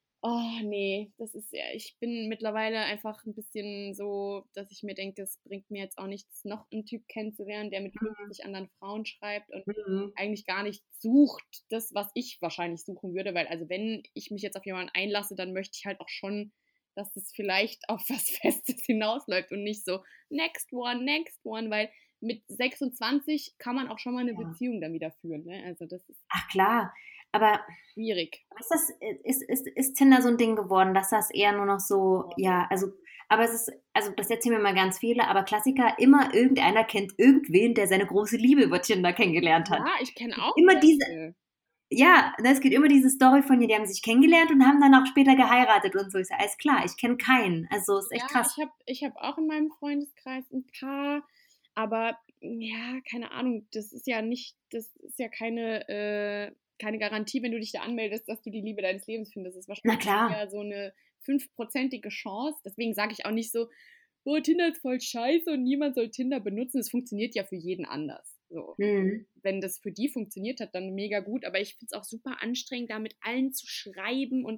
oh nee, das ist ja, ich bin mittlerweile einfach ein bisschen so, dass ich mir denke, es bringt mir jetzt auch nichts, noch einen Typ kennenzulernen, der mit Mhm. fünfzig anderen Frauen schreibt und Mhm. eigentlich gar nicht sucht, das, was ich wahrscheinlich suchen würde, weil also wenn ich mich jetzt auf jemanden einlasse, dann möchte ich halt auch schon, dass das vielleicht auf was Festes hinausläuft und nicht so next one, next one, weil mit sechsundzwanzig kann man auch schon mal eine Ja. Beziehung dann wieder führen, ne? Also das ist Ach klar, aber schwierig. ist das, ist, ist, ist Tinder so ein Ding geworden, dass das eher nur noch so, ja, also, aber es ist, also das erzählen mir mal ganz viele, aber Klassiker, immer irgendeiner kennt irgendwen, der seine große Liebe über Tinder kennengelernt hat. Ja, ich kenne auch Immer diese, welche. ja, ne, es gibt immer diese Story von dir, die haben sich kennengelernt und haben dann auch später geheiratet und so. Ich sage, alles klar, ich kenne keinen. Also ist echt Ja, krass. ich habe ich hab auch in meinem Freundeskreis ein paar, aber ja, keine Ahnung, das ist ja nicht, das ist ja keine, äh, keine Garantie, wenn du dich da anmeldest, dass du die Liebe deines Lebens findest. Das ist Na wahrscheinlich klar. eher so eine fünfprozentige Chance. Deswegen sage ich auch nicht so, oh, Tinder ist voll scheiße und niemand soll Tinder benutzen. Es funktioniert ja für jeden anders. So. Mhm. Wenn das für die funktioniert hat, dann mega gut. Aber ich finde es auch super anstrengend, da mit allen zu schreiben und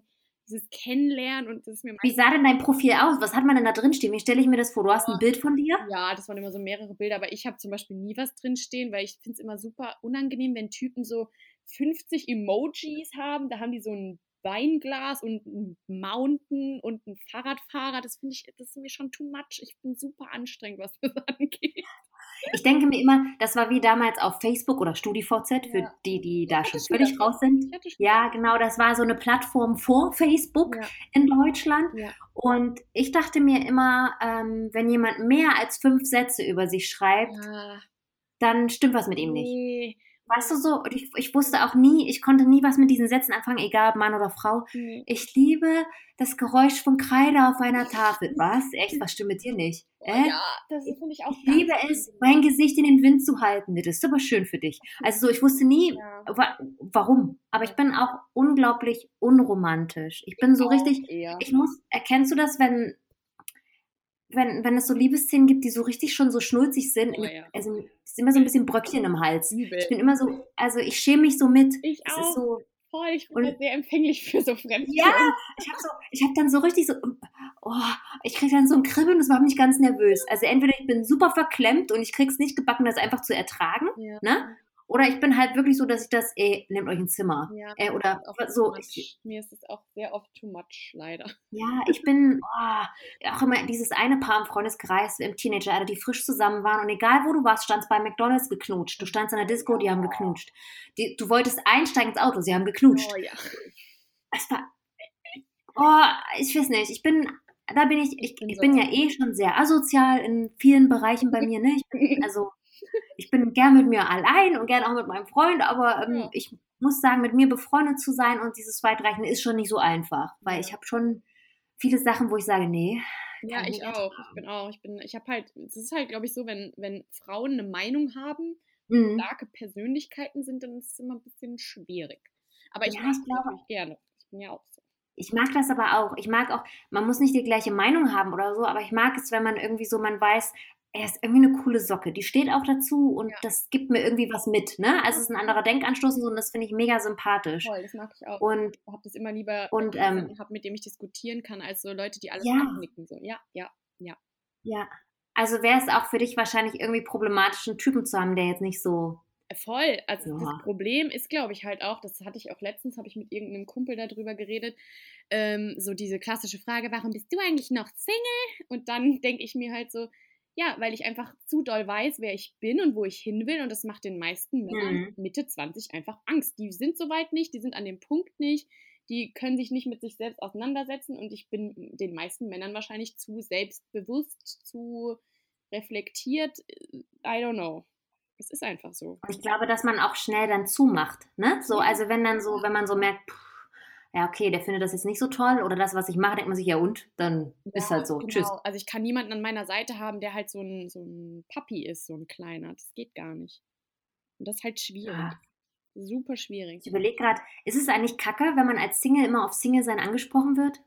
dieses Kennenlernen und das ist mir Wie sah denn dein Profil aus? Was hat man denn da drin stehen? Wie stelle ich mir das vor? Du hast ein Bild von dir? Ja, das waren immer so mehrere Bilder, aber ich habe zum Beispiel nie was drin stehen, weil ich finde es immer super unangenehm, wenn Typen so fünfzig Emojis haben. Da haben die so ein Weinglas und ein Mountain und ein Fahrradfahrer. Das finde ich, das ist mir schon too much. Ich bin super anstrengend, was das angeht. Ich denke mir immer, das war wie damals auf Facebook oder StudiVZ, für Ja. die, die da schon Hattest du völlig das noch? raus sind. Ich hatte schon Ja, genau, das war so eine Plattform vor Facebook Ja. in Deutschland. Ja. Und ich dachte mir immer, ähm, wenn jemand mehr als fünf Sätze über sich schreibt, Ja. dann stimmt was mit ihm nicht. Nee. Weißt du so, und ich, ich wusste auch nie, ich konnte nie was mit diesen Sätzen anfangen, egal ob Mann oder Frau. Nee. Ich liebe das Geräusch von Kreide auf einer Tafel. Was? Echt? Was stimmt mit dir nicht? Oh, Äh? ja, das finde ich auch Ich liebe es, mein Gesicht in den Wind zu halten. Das ist aber schön für dich. Also so, ich wusste nie, Ja. wa warum. Aber ich bin auch unglaublich unromantisch. Ich bin so auch richtig, eher. ich muss, erkennst du das, wenn, wenn, wenn es so Liebesszenen gibt, die so richtig schon so schnulzig sind? Oh, ja. Also es ist immer so ein bisschen Bröckchen im Hals. Übel. Ich bin immer so, also ich schäme mich so mit. Ich Es auch. ist so, Voll, ich bin und- halt sehr empfänglich für so Fremdschirm. ja, ich habe so, ich habe dann so richtig so, oh, ich kriege dann so ein Kribbeln, das macht mich ganz nervös. Also entweder ich bin super verklemmt und ich krieg's nicht gebacken, das einfach zu ertragen, Ja. ne? Oder ich bin halt wirklich so, dass ich das, ey, nehmt euch ein Zimmer. Ja, Äh, oder auch so, too ich, much. Mir ist es auch sehr oft too much, leider. ja, ich bin oh, auch immer dieses eine Paar im Freundeskreis im Teenageralter, die frisch zusammen waren und egal wo du warst, standst bei McDonalds geknutscht. Du standst in der Disco, die haben geknutscht. Die, du wolltest einsteigen ins Auto, sie haben geknutscht. Oh ja. Es war, oh, ich weiß nicht, ich bin, da bin ich, ich, Ich bin ich so bin ja eh schon sehr asozial in vielen Bereichen bei mir, ne? Ich bin, also, ich bin gern mit mir allein und gern auch mit meinem Freund, aber ähm, Ja. ich muss sagen, mit mir befreundet zu sein und dieses Weitreichen ist schon nicht so einfach, weil Ja. ich habe schon viele Sachen, wo ich sage, nee. Ja, kann ich nicht auch. Ich bin auch. Ich bin, ich habe halt, es ist halt, glaube ich, so, wenn, wenn Frauen eine Meinung haben, Mhm. starke Persönlichkeiten sind, dann ist es immer ein bisschen schwierig. Aber ich Ja, mag ich es glaube- natürlich gerne. Ich bin ja auch so. Ich mag das aber auch. Ich mag auch, man muss nicht die gleiche Meinung haben oder so, aber ich mag es, wenn man irgendwie so, man weiß, er ist irgendwie eine coole Socke. Die steht auch dazu und Ja. das gibt mir irgendwie was mit, ne? Also es ist ein anderer Denkanstoß und so, und das finde ich mega sympathisch. Voll, das mag ich auch. Und Ich habe das immer lieber, Und, wenn ich ähm, jemanden habe, mit dem ich diskutieren kann, als so Leute, die alles Ja. abnicken. So, ja, ja, ja. ja, also wäre es auch für dich wahrscheinlich irgendwie problematisch, einen Typen zu haben, der jetzt nicht so, Voll. Also Ja. das Problem ist, glaube ich, halt auch, das hatte ich auch letztens, habe ich mit irgendeinem Kumpel darüber geredet, ähm, so diese klassische Frage, warum bist du eigentlich noch Single? Und dann denke ich mir halt so, ja, weil ich einfach zu doll weiß, wer ich bin und wo ich hin will und das macht den meisten Männern Mhm. Mitte zwanzig einfach Angst. Die sind soweit nicht, die sind an dem Punkt nicht, die können sich nicht mit sich selbst auseinandersetzen und ich bin den meisten Männern wahrscheinlich zu selbstbewusst, zu reflektiert, I don't know. Es ist einfach so. und ich glaube, dass man auch schnell dann zumacht, ne? So, Ja. also wenn dann so, wenn man so merkt, pff, ja, okay, der findet das jetzt nicht so toll oder das, was ich mache, denkt man sich, ja und? Dann ist halt so, Genau. tschüss. Also ich kann niemanden an meiner Seite haben, der halt so ein, so ein Papi ist, so ein kleiner. Das geht gar nicht. Und das ist halt schwierig. Ja. Super schwierig. Ich überlege gerade, ist es eigentlich kacke, wenn man als Single immer auf Single-Sein angesprochen wird?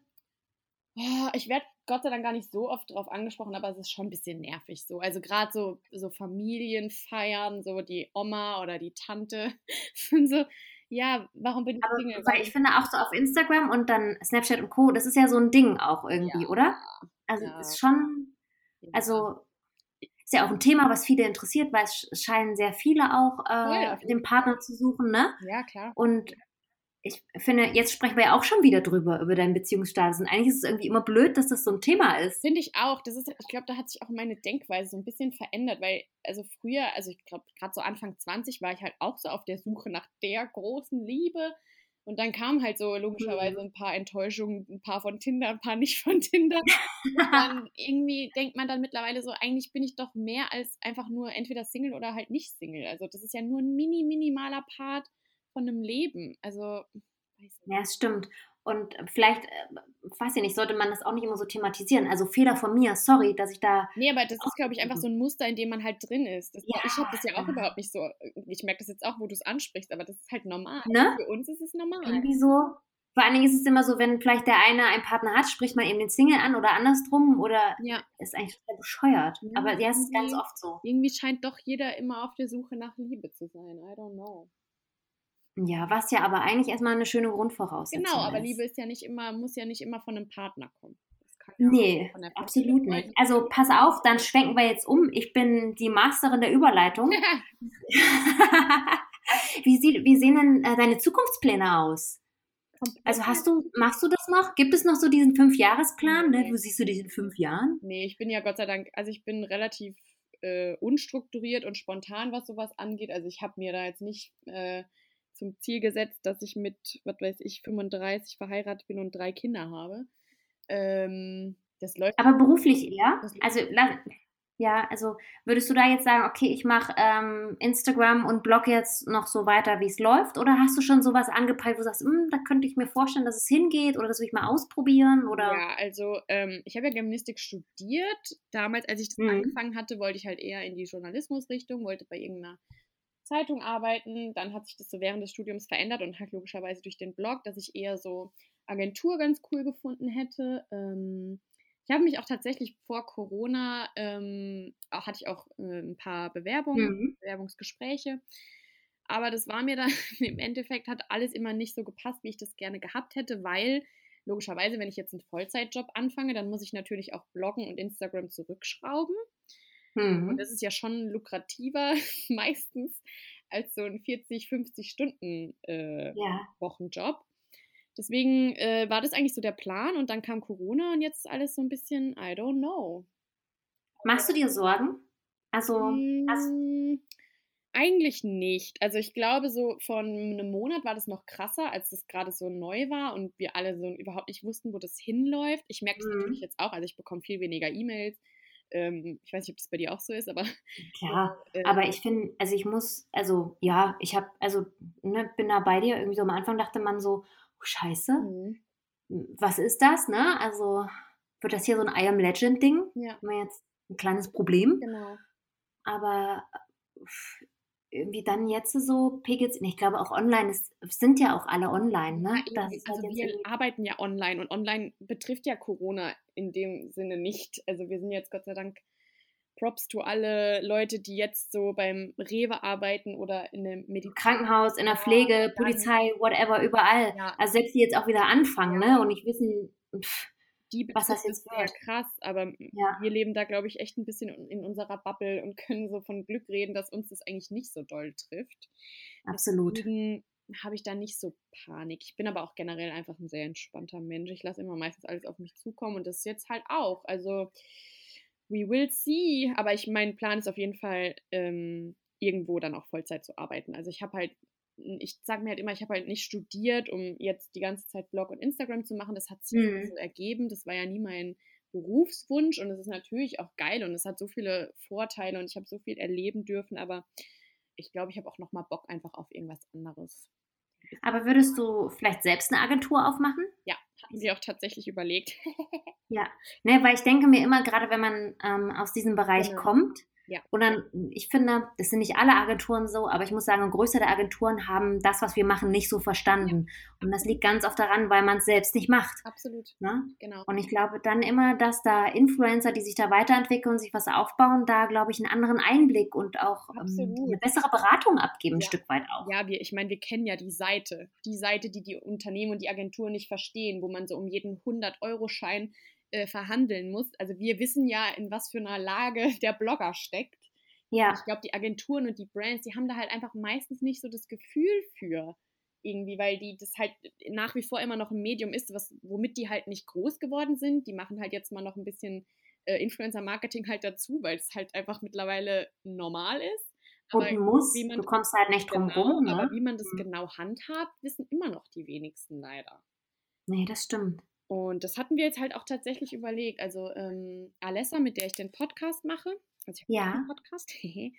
Oh, ich werde Gott sei Dank gar nicht so oft drauf angesprochen, aber es ist schon ein bisschen nervig so. Also gerade so, so Familienfeiern, so die Oma oder die Tante sind so, ja, warum bin ich Aber Single? weil ich finde auch so auf Instagram und dann Snapchat und Co., das ist ja so ein Ding auch irgendwie, Ja, oder? Also ja. ist schon, Ja. also ist ja auch ein Thema, was viele interessiert, weil es scheinen sehr viele auch Voll, äh, auf jeden den Partner zu suchen, ne? Ja, klar. Und ich finde, jetzt sprechen wir ja auch schon wieder drüber, über deinen Beziehungsstatus. Und eigentlich ist es irgendwie immer blöd, dass das so ein Thema ist. Finde ich auch. Das ist, ich glaube, da hat sich auch meine Denkweise so ein bisschen verändert, weil, also früher, also ich glaube, gerade so Anfang zwanzig war ich halt auch so auf der Suche nach der großen Liebe. Und dann kamen halt so logischerweise ein paar Enttäuschungen, ein paar von Tinder, ein paar nicht von Tinder. Und dann irgendwie denkt man dann mittlerweile so, eigentlich bin ich doch mehr als einfach nur entweder Single oder halt nicht Single. Also das ist ja nur ein mini, minimaler Part von einem Leben. Also, weiß nicht. Ja, es stimmt. Und vielleicht, äh, weiß ich nicht, sollte man das auch nicht immer so thematisieren. Also Fehler von mir, sorry, dass ich da. Nee, aber das ist, glaube ich, einfach so ein Muster, in dem man halt drin ist. Das, Ja, ich habe das ja auch ja. überhaupt nicht so, ich merke das jetzt auch, wo du es ansprichst, aber das ist halt normal. Ne? Für uns ist es normal. Irgendwie so. Vor allen Dingen ist es immer so, wenn vielleicht der eine einen Partner hat, spricht man eben den Single an oder andersrum oder Ja, ist eigentlich total bescheuert. Ja, Aber ja, es ist ganz irgendwie- oft so. irgendwie scheint doch jeder immer auf der Suche nach Liebe zu sein. I don't know. Ja, was ja aber eigentlich erstmal eine schöne Genau, Grundvoraussetzung aber Liebe ist. ist ja nicht immer, muss ja nicht immer von einem Partner kommen. Das kann ja auch Nee, von der Familie, absolut nicht. Freunden. Also pass auf, dann schwenken wir jetzt um. Ich bin die Masterin der Überleitung. Wie, sieht, wie sehen denn äh, deine Zukunftspläne aus? Komplett Also in der hast du, machst du Zukunft. das noch? Gibt es noch so diesen Fünfjahresplan? Ne? Nee, Wo siehst du dich in fünf Jahren? nee, ich bin ja Gott sei Dank, also ich bin relativ äh, unstrukturiert und spontan, was sowas angeht. Also ich habe mir da jetzt nicht äh, zum Ziel gesetzt, dass ich mit, was weiß ich, fünfunddreißig verheiratet bin und drei Kinder habe. Ähm, das läuft, Aber beruflich eher? das Also la- ja, also würdest du da jetzt sagen, okay, ich mache ähm, Instagram und Blog jetzt noch so weiter, wie es läuft? Oder hast du schon sowas angepeilt, wo du sagst, "Hm, da könnte ich mir vorstellen, dass es hingeht oder das will ich mal ausprobieren oder Ja, also ähm, ich habe ja Germanistik studiert. Damals, als ich das hm. angefangen hatte, wollte ich halt eher in die Journalismusrichtung, wollte bei irgendeiner Zeitung arbeiten. Dann hat sich das so während des Studiums verändert und halt logischerweise durch den Blog, dass ich eher so Agentur ganz cool gefunden hätte. Ähm, ich habe mich auch tatsächlich vor Corona, ähm, auch, hatte ich auch äh, ein paar Bewerbungen, Hm. Bewerbungsgespräche. Aber das war mir dann im Endeffekt, hat alles immer nicht so gepasst, wie ich das gerne gehabt hätte, weil logischerweise, wenn ich jetzt einen Vollzeitjob anfange, dann muss ich natürlich auch Bloggen und Instagram zurückschrauben. Und Hm. das ist ja schon lukrativer meistens als so ein vierzig, fünfzig Stunden äh, Ja. Wochenjob. Deswegen äh, war das eigentlich so der Plan und dann kam Corona und jetzt ist alles so ein bisschen, I don't know. Machst du dir Sorgen? Also, hast, Hm, eigentlich nicht. Also ich glaube, so vor einem Monat war das noch krasser, als das gerade so neu war und wir alle so überhaupt nicht wussten, wo das hinläuft. Ich merke das natürlich hm. jetzt auch, also ich bekomme viel weniger E-Mails. Ähm, ich weiß nicht, ob das bei dir auch so ist, aber so, Klar, äh, aber ich finde, also ich muss, also ja, ich habe, also ne, bin da bei dir. Irgendwie so am Anfang dachte man so, oh, Scheiße, mhm. was ist das, ne? Also wird das hier so ein I Am Legend Ding? Ja, Haben wir jetzt ein kleines Problem? genau. Aber pf, irgendwie dann jetzt so Pickets, ich glaube auch online ist, sind ja auch alle online, Ja, ne? eben. Das ist halt Also jetzt wir irgendwie, arbeiten ja online und online betrifft ja Corona in dem Sinne nicht. Also wir sind jetzt Gott sei Dank Props to alle Leute, die jetzt so beim Rewe arbeiten oder in der im Medizin. Krankenhaus, in Ja, der Pflege, dann, Polizei, whatever, überall. ja, Also selbst die jetzt auch wieder anfangen, ja, ne? Und nicht wissen, pf, die was das betrifft es jetzt sehr wird. krass, aber Ja, wir leben da, glaube ich, echt ein bisschen in unserer Bubble und können so von Glück reden, dass uns das eigentlich nicht so doll trifft. absolut. Deswegen habe ich da nicht so Panik. Ich bin aber auch generell einfach ein sehr entspannter Mensch. Ich lasse immer meistens alles auf mich zukommen und das ist jetzt halt auch. Also, we will see. Aber ich, mein Plan ist auf jeden Fall, ähm, irgendwo dann auch Vollzeit zu arbeiten. Also ich habe halt, ich sage mir halt immer, ich habe halt nicht studiert, um jetzt die ganze Zeit Blog und Instagram zu machen. Das hat sich einfach so Mhm. ergeben. Das war ja nie mein Berufswunsch und es ist natürlich auch geil und es hat so viele Vorteile und ich habe so viel erleben dürfen, aber ich glaube, ich habe auch noch mal Bock einfach auf irgendwas anderes. Ein bisschen. Aber würdest du vielleicht selbst eine Agentur aufmachen? Ja, hatten wir auch tatsächlich überlegt. Ja, ne, weil ich denke mir immer, gerade wenn man ähm, aus diesem Bereich Genau. kommt, Ja, und dann, ich finde, das sind nicht alle Agenturen so, aber ich muss sagen, größere Agenturen haben das, was wir machen, nicht so ja, verstanden. Und das liegt ganz oft daran, weil man es selbst nicht macht. absolut. Ne? Genau. Und ich glaube dann immer, dass da Influencer, die sich da weiterentwickeln und sich was aufbauen, da, glaube ich, einen anderen Einblick und auch ähm, eine Absolut. bessere Beratung abgeben, ein Ja. Stück weit auch. Ja, wir, ich meine, wir kennen ja die Seite. Die Seite, die die Unternehmen und die Agenturen nicht verstehen, wo man so um jeden hundert-Euro-Schein äh, verhandeln muss. Also wir wissen ja, in was für einer Lage der Blogger steckt. Ja, Ich glaube, die Agenturen und die Brands, die haben da halt einfach meistens nicht so das Gefühl für irgendwie, weil die das halt nach wie vor immer noch ein Medium ist, was, womit die halt nicht groß geworden sind. Die machen halt jetzt mal noch ein bisschen äh, Influencer-Marketing halt dazu, weil es halt einfach mittlerweile normal ist. Aber und ein wie Muss, man du das kommst halt nicht drum genau, rum, aber ne? wie man das Mhm. genau handhabt, wissen immer noch die wenigsten leider. Nee, das stimmt. Und das hatten wir jetzt halt auch tatsächlich überlegt. Also ähm, Alessa, mit der ich den Podcast mache, also ich habe auch einen Ja, Podcast,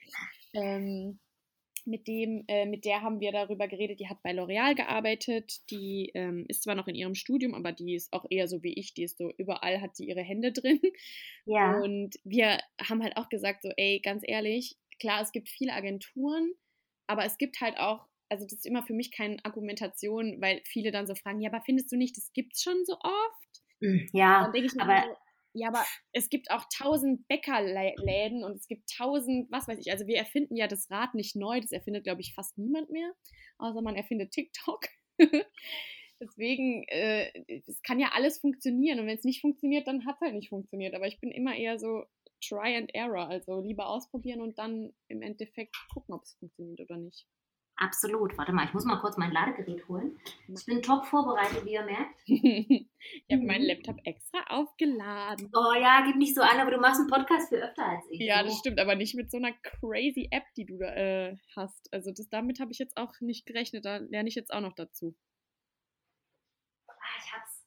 ähm, mit dem, äh, mit der haben wir darüber geredet, die hat bei L'Oreal gearbeitet, die ähm, ist zwar noch in ihrem Studium, aber die ist auch eher so wie ich, die ist so, überall hat sie ihre Hände drin. ja. Und wir haben halt auch gesagt, so, ey, ganz ehrlich, klar, es gibt viele Agenturen, aber es gibt halt auch, also das ist immer für mich keine Argumentation, weil viele dann so fragen, ja, aber findest du nicht, das gibt's schon so oft? Hm, Dann ja, denke ich mir immer aber so, Ja, aber es gibt auch tausend Bäckerläden und es gibt tausend, was weiß ich. Also wir erfinden ja das Rad nicht neu. Das erfindet, glaube ich, fast niemand mehr. Außer man erfindet TikTok. Deswegen, äh, es kann ja alles funktionieren. Und wenn es nicht funktioniert, dann hat es halt nicht funktioniert. Aber ich bin immer eher so Try and Error. Also lieber ausprobieren und dann im Endeffekt gucken, ob es funktioniert oder nicht. Absolut. Warte mal, ich muss mal kurz mein Ladegerät holen. Ich bin top vorbereitet, wie ihr merkt. Ich habe Mhm. meinen Laptop extra aufgeladen. Oh ja, gib nicht so an, aber du machst einen Podcast viel öfter als ich. Ja, so. das stimmt, aber nicht mit so einer crazy App, die du da äh, hast. Also das, damit habe ich jetzt auch nicht gerechnet. Da lerne ich jetzt auch noch dazu. Ah, ich hab's.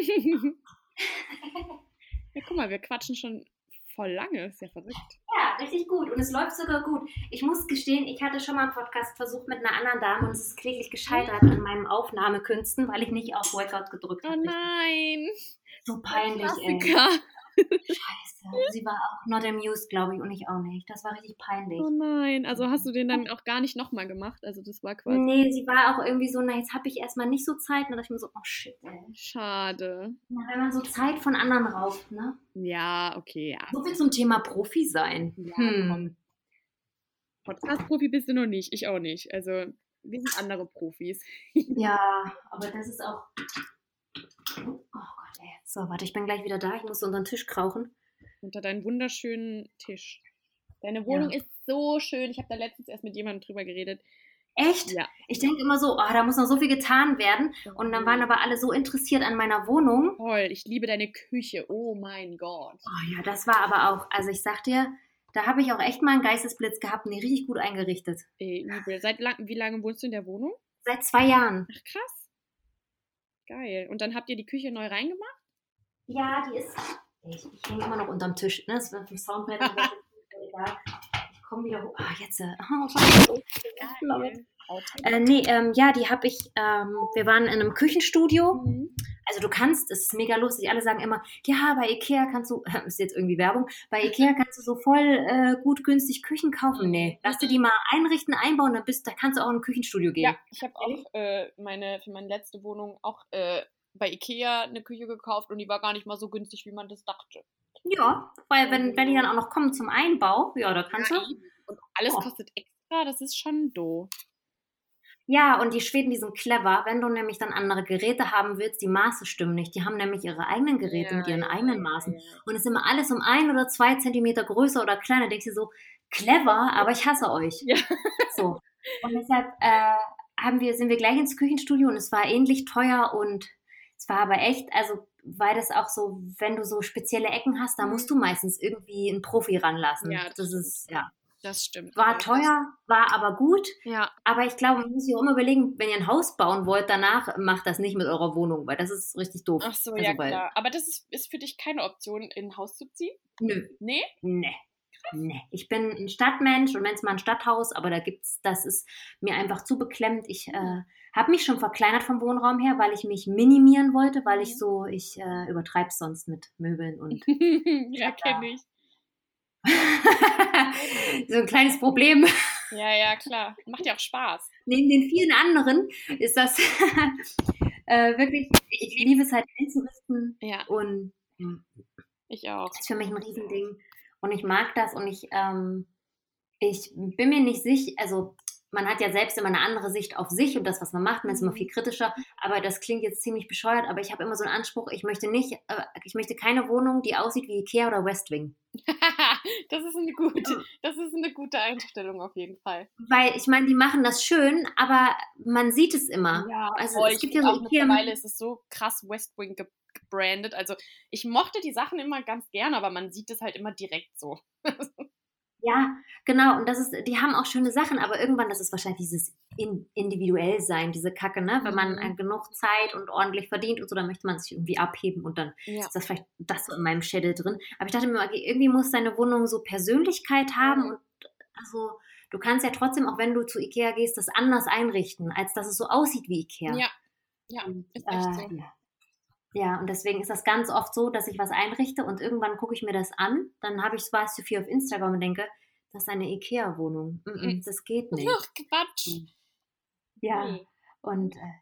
Ja, guck mal, wir quatschen schon voll lange. Ist ja verrückt. Ja, richtig gut. Und es läuft sogar gut. Ich muss gestehen, ich hatte schon mal einen Podcast versucht mit einer anderen Dame und es ist kläglich gescheitert an meinen Aufnahmekünsten, weil ich nicht auf Record gedrückt Oh habe. nein! So peinlich, ey. Klassiker. Scheiße. Sie war auch not amused, glaube ich, und ich auch nicht. Das war richtig peinlich. Oh nein, also hast du den dann auch gar nicht nochmal gemacht? Also das war quasi... Nee, sie war auch irgendwie so, na, jetzt habe ich erstmal nicht so Zeit. Und dann dachte ich mir so, oh shit, ey. Schade. Na, wenn man so Zeit von anderen raubt, ne? Ja, okay, ja. So viel zum Thema Profi sein. Ja, Hm. Podcast-Profi bist du noch nicht, ich auch nicht. Also wir sind andere Profis. Ja, aber das ist auch... Oh Gott, ey. So, warte, ich bin gleich wieder da. Ich muss unter den Tisch krauchen. Unter deinen wunderschönen Tisch. Deine Wohnung Ja. ist so schön. Ich habe da letztens erst mit jemandem drüber geredet. Echt? Ja. Ich denke immer so, oh, da muss noch so viel getan werden. Und dann waren aber alle so interessiert an meiner Wohnung. Toll, ich liebe deine Küche. Oh mein Gott. Oh ja, das war aber auch, also ich sag dir, da habe ich auch echt mal einen Geistesblitz gehabt und die richtig gut eingerichtet. Ey, übel. Seit lang, wie lange wohnst du in der Wohnung? Seit zwei Jahren. Ach krass. Geil. Und dann habt ihr die Küche neu reingemacht? Ja, die ist, ich, ich hänge immer noch unterm Tisch, ne? Das wird vom Soundpad egal. Ich komme wieder hoch. Ah, jetzt. Äh, oh, Geil. äh, nee, ähm, ja, die habe ich, ähm, wir waren in einem Küchenstudio. Mhm. Also du kannst, es ist mega lustig, alle sagen immer, ja, bei Ikea kannst du, ist jetzt irgendwie Werbung, bei Ikea kannst du so voll äh, gut günstig Küchen kaufen. Nee, lass dir die mal einrichten, einbauen, dann bist, da kannst du auch in ein Küchenstudio gehen. Ja, ich habe auch äh, meine, für meine letzte Wohnung auch äh, bei Ikea eine Küche gekauft und die war gar nicht mal so günstig, wie man das dachte. Ja, weil wenn, wenn die dann auch noch kommen zum Einbau, ja, da kannst Ja, du. und alles Oh. kostet extra, das ist schon doof. Ja, und die Schweden, die sind clever. Wenn du nämlich dann andere Geräte haben willst, die Maße stimmen nicht. Die haben nämlich ihre eigenen Geräte Ja, mit ihren ja, eigenen ja, Maßen. ja. Und es ist immer alles um ein oder zwei Zentimeter größer oder kleiner. Denkst du so, clever, aber ich hasse euch. Ja. So. Und deshalb äh, haben wir, sind wir gleich ins Küchenstudio und es war ähnlich teuer und es war aber echt, also weil das auch so, wenn du so spezielle Ecken hast, da musst du meistens irgendwie einen Profi ranlassen. Ja, das das stimmt. ist, ja. Das stimmt. War teuer, war aber gut. Ja. Aber ich glaube, man muss sich auch immer überlegen, wenn ihr ein Haus bauen wollt, danach macht das nicht mit eurer Wohnung, weil das ist richtig doof. Ach so, Also, ja weil- klar. Aber das ist, ist für dich keine Option, in ein Haus zu ziehen? Nö, Nee? nee, nee. Ich bin ein Stadtmensch und wenn es mal ein Stadthaus, aber da gibt's, das ist mir einfach zu beklemmt. Ich äh, habe mich schon verkleinert vom Wohnraum her, weil ich mich minimieren wollte, weil ich so, ich äh, übertreibe sonst mit Möbeln und Ja, kenne ich. so ein kleines Problem. Ja, ja, klar. Macht ja auch Spaß. Neben den vielen anderen ist das äh, wirklich, ich liebe es halt einzurichten Ja, und ja, ich auch. das ist für mich ein Riesending und ich mag das und ich, ähm, ich bin mir nicht sicher, also man hat ja selbst immer eine andere Sicht auf sich und das, was man macht, man ist immer viel kritischer, aber das klingt jetzt ziemlich bescheuert, aber ich habe immer so einen Anspruch, ich möchte nicht, äh, ich möchte keine Wohnung, die aussieht wie Ikea oder West Wing. Das ist eine gute, das ist eine gute Einstellung auf jeden Fall. Weil, ich meine, die machen das schön, aber man sieht es immer. Ja, also voll. es Ich gibt ja finde so auch Ikea. mittlerweile ist es so krass West Wing ge- gebrandet. Also ich mochte die Sachen immer ganz gern, aber man sieht es halt immer direkt so. Ja, genau. Und das ist, die haben auch schöne Sachen, aber irgendwann, das ist wahrscheinlich dieses in, individuell sein, diese Kacke, ne? Wenn man Mhm. äh, genug Zeit und ordentlich verdient und so, dann möchte man sich irgendwie abheben und dann Ja. ist das vielleicht das so in meinem Schädel drin. Aber ich dachte mir, okay, irgendwie muss deine Wohnung so Persönlichkeit haben Mhm. und also du kannst ja trotzdem, auch wenn du zu Ikea gehst, das anders einrichten, als dass es so aussieht wie Ikea. Ja, ja, Und, ist echt äh, so. ja. Ja, und deswegen ist das ganz oft so, dass ich was einrichte und irgendwann gucke ich mir das an, dann habe ich es zu viel auf Instagram und denke, das ist eine Ikea-Wohnung. Mm-mm, das geht nicht. Ach, Quatsch. Ja, Nee. und äh,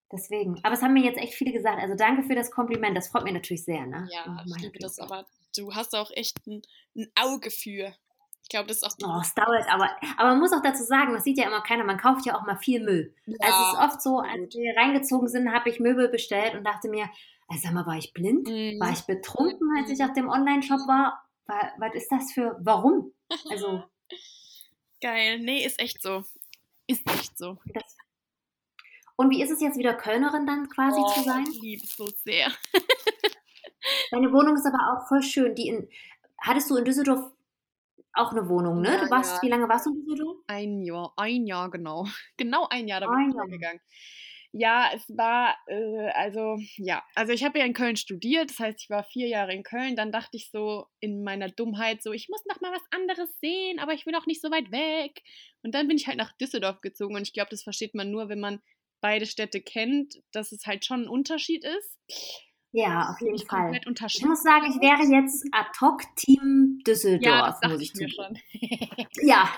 Deswegen. Aber es haben mir jetzt echt viele gesagt. Also danke für das Kompliment. Das freut mich natürlich sehr, ne? Oh, Ja, ich meine liebe das, Güte. aber du hast auch echt ein, ein Auge für. Ich glaube, das ist auch die. Oh, es dauert, aber, aber man muss auch dazu sagen, das sieht ja immer keiner, man kauft ja auch mal viel Müll. Also es ist Ja, oft so, als absolut. wir reingezogen sind, habe ich Möbel bestellt und dachte mir, ey, sag mal, war ich blind? War Mhm. ich betrunken, als ich Mhm. auf dem Online-Shop war? Wa- Was ist das für, warum? Also, Geil. Nee, ist echt so. Ist echt so. das. Und wie ist es jetzt wieder Kölnerin dann quasi Oh, zu sein? ich liebe es so sehr. Deine Wohnung ist aber auch voll schön. Die in, hattest du in Düsseldorf auch eine Wohnung, ne? Ja, Du warst, ja. wie lange warst du in Düsseldorf? Ein Jahr, ein Jahr genau. Genau ein Jahr, da bin Ein ich Jahr. gegangen. Ja, es war, äh, also, ja, also ich habe ja in Köln studiert, das heißt, ich war vier Jahre in Köln, dann dachte ich so in meiner Dummheit so, ich muss noch mal was anderes sehen, aber ich will auch nicht so weit weg. Und dann bin ich halt nach Düsseldorf gezogen und ich glaube, das versteht man nur, wenn man beide Städte kennt, dass es halt schon ein Unterschied ist. Ja, auf jeden Mich Fall. komplett Ich unterschätzt. muss sagen, ich wäre jetzt ad hoc Team Ja, das Düsseldorf, muss dachte ich ich mir zugeben. schon. Ja.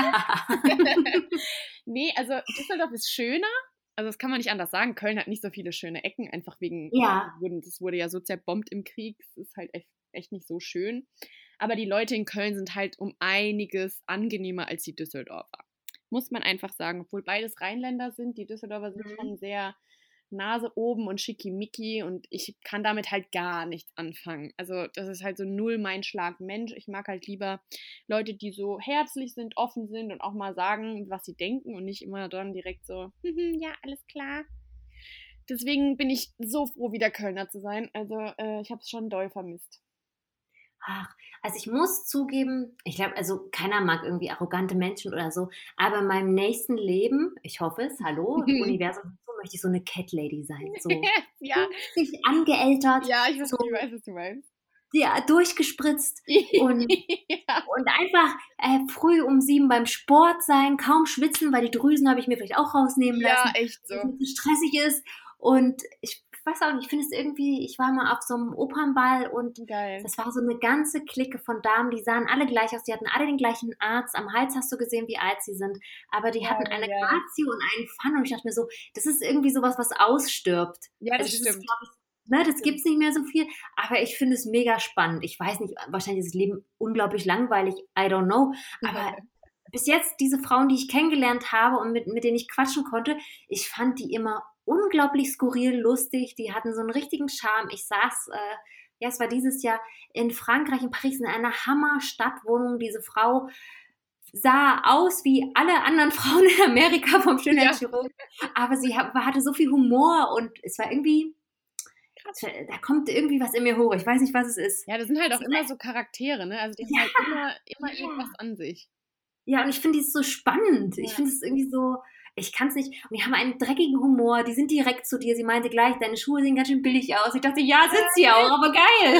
Nee, also Düsseldorf ist schöner. Also das kann man nicht anders sagen. Köln hat nicht so viele schöne Ecken, einfach wegen, Ja, das wurde ja so zerbombt im Krieg. Es ist halt echt, echt nicht so schön. Aber die Leute in Köln sind halt um einiges angenehmer als die Düsseldorfer. Muss man einfach sagen. Obwohl beides Rheinländer sind, die Düsseldorfer sind mhm. schon sehr Nase oben und schickimicki und ich kann damit halt gar nichts anfangen. Also das ist halt so null mein Schlag Mensch. Ich mag halt lieber Leute, die so herzlich sind, offen sind und auch mal sagen, was sie denken und nicht immer dann direkt so, "Mhm, ja, alles klar." Deswegen bin ich so froh, wieder Kölner zu sein. Also äh, ich habe es schon doll vermisst. Ach, also ich muss zugeben, ich glaube, also keiner mag irgendwie arrogante Menschen oder so, aber in meinem nächsten Leben, ich hoffe es, hallo, im Universum, so möchte ich so eine Cat Lady sein. So Ja, fünfzig angeältert, ja, ich weiß, so ich weiß, was du meinst. ja, durchgespritzt und Ja, Und einfach äh, früh um sieben beim Sport sein, kaum schwitzen, weil die Drüsen habe ich mir vielleicht auch rausnehmen ja, lassen, echt weil so. es mir zu stressig ist. Und ich weiß auch nicht, ich finde es irgendwie, ich war mal auf so einem Opernball und Geil. das war so eine ganze Clique von Damen, die sahen alle gleich aus, die hatten alle den gleichen Arzt, am Hals hast du gesehen, wie alt sie sind, aber die hatten Geil, eine ja. Grazie und einen Fun und ich dachte mir so, das ist irgendwie sowas, was ausstirbt. Ja, Also das das ist, stimmt. glaube ich, ne, das gibt es nicht mehr so viel, aber ich finde es mega spannend. Ich weiß nicht, wahrscheinlich ist das Leben unglaublich langweilig, I don't know, aber bis jetzt diese Frauen, die ich kennengelernt habe und mit, mit denen ich quatschen konnte, ich fand die immer unglaublich skurril, lustig, die hatten so einen richtigen Charme. Ich saß, äh, ja, es war dieses Jahr in Frankreich, in Paris, in einer Hammer-Stadtwohnung. Diese Frau sah aus wie alle anderen Frauen in Amerika vom Ja, Schönheitschirurgen, aber sie ha- hatte so viel Humor und es war irgendwie, krass. da kommt irgendwie was in mir hoch. Ich weiß nicht, was es ist. Ja, das sind halt Es auch ist immer so Charaktere, ne? Also die haben ja, halt immer, immer irgendwas ja. an sich. Ja, und ich finde die so spannend. Ich Ja. finde es irgendwie so, ich kann es nicht. Und die haben einen dreckigen Humor, die sind direkt zu dir. Sie meinte gleich, deine Schuhe sehen ganz schön billig aus. Ich dachte, ja, sind sie auch, aber geil.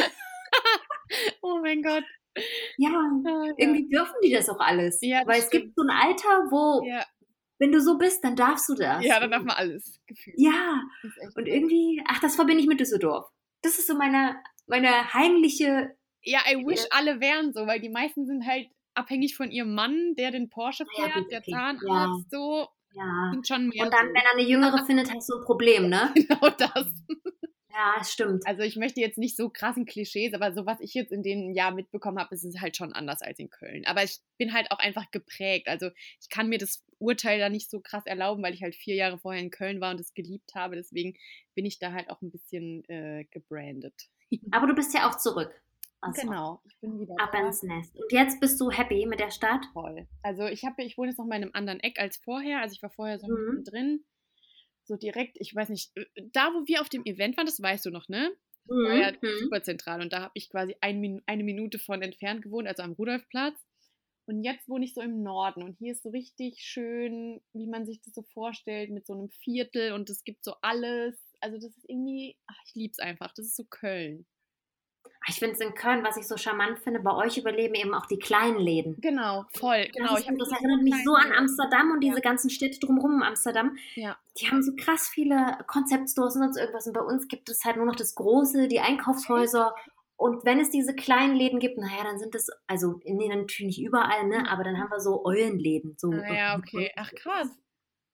Oh mein Gott. Ja, Ah, ja. irgendwie dürfen die das auch alles. Ja, Weil das es gibt stimmt. so ein Alter, wo, Ja. wenn du so bist, dann darfst du das. Ja, dann darf man alles gefühlt. Ja, Ist echt und so. irgendwie, ach, das verbinde ich mit Düsseldorf. Das ist so meine, meine heimliche, Ja, I äh, wish alle wären so, weil die meisten sind halt abhängig von ihrem Mann, der den Porsche naja, fährt, gut, der okay. Ja, Zahnarzt, so ja. sind schon Und mehr dann, so. wenn er eine Jüngere findet, hast du ein Problem, ne? Genau das. Ja, stimmt. Also ich möchte jetzt nicht so krassen Klischees, aber so was ich jetzt in dem Jahr mitbekommen habe, ist es halt schon anders als in Köln. Aber ich bin halt auch einfach geprägt. Also ich kann mir das Urteil da nicht so krass erlauben, weil ich halt vier Jahre vorher in Köln war und es geliebt habe. Deswegen bin ich da halt auch ein bisschen äh, gebrandet. Aber du bist ja auch zurück. Also Genau, ich bin wieder ab da. ins Nest. Und jetzt bist du happy mit der Stadt? Toll. Also ich habe, ich wohne jetzt noch mal in einem anderen Eck als vorher. Also ich war vorher so Mhm. mittendrin. So direkt, ich weiß nicht, äh, da wo wir auf dem Event waren, das weißt du noch, ne? Das war ja Mhm. super zentral und da habe ich quasi ein Min eine Minute von entfernt gewohnt, also am Rudolfplatz. Und jetzt wohne ich so im Norden und hier ist so richtig schön, wie man sich das so vorstellt, mit so einem Viertel und es gibt so alles. Also das ist irgendwie, ach, ich lieb's einfach. Das ist so Köln. Ich finde es in Köln, was ich so charmant finde, bei euch überleben eben auch die kleinen Läden. Genau, voll, Das, genau. ist, Ich habe das hier so erinnert einen mich so an kleinen, Amsterdam und ja, diese ganzen Städte drumherum in Amsterdam. ja, Die haben so krass viele Konzeptstores und sonst irgendwas. Und bei uns gibt es halt nur noch das Große, die Einkaufshäuser. Und wenn es diese kleinen Läden gibt, naja, dann sind das, also nee, natürlich nicht überall, ne? Aber dann haben wir so Eulenläden. So, ah, ja, okay. Ach krass.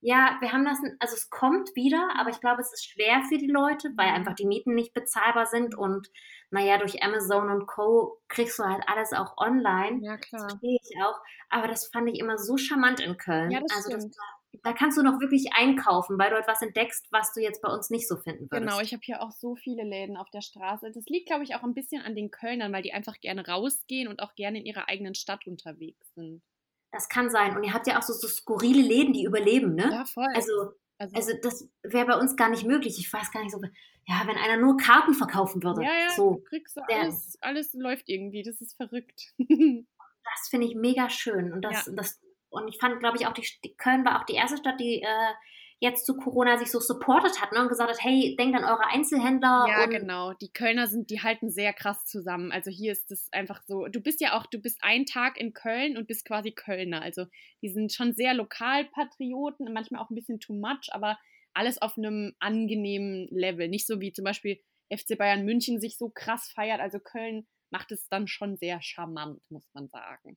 Ja, wir haben das, also es kommt wieder, aber ich glaube, es ist schwer für die Leute, weil einfach die Mieten nicht bezahlbar sind und naja, durch Amazon und Co. kriegst du halt alles auch online. Ja, Das klar. verstehe ich auch. Aber das fand ich immer so charmant in Ja, Köln. das Also das stimmt. war, da kannst du noch wirklich einkaufen, weil du etwas entdeckst, was du jetzt bei uns nicht so finden Genau, würdest. ich habe hier auch so viele Läden auf der Straße. Das liegt, glaube ich, auch ein bisschen an den Kölnern, weil die einfach gerne rausgehen und auch gerne in ihrer eigenen Stadt unterwegs sind. Das kann sein. Und ihr habt ja auch so, so skurrile Läden, die überleben, ne? Ja, voll. Also, Also, also das wäre bei uns gar nicht möglich. Ich weiß gar nicht so, ja, wenn einer nur Karten verkaufen würde. ja, ja, du So, kriegst so der, alles, alles läuft irgendwie. Das ist verrückt. das finde ich mega schön. Und Ja. das, das, und ich fand, glaube ich, auch die, die Köln war auch die erste Stadt, die äh, jetzt zu Corona sich so supportet hat, ne? Und gesagt hat, hey, denkt an eure Einzelhändler Ja, und genau. Die Kölner sind, die halten sehr krass zusammen. Also hier ist es einfach so, du bist ja auch, du bist einen Tag in Köln und bist quasi Kölner. Also die sind schon sehr Lokalpatrioten, manchmal auch ein bisschen too much, aber alles auf einem angenehmen Level. Nicht so wie zum Beispiel F C Bayern München sich so krass feiert. Also Köln macht es dann schon sehr charmant, muss man sagen.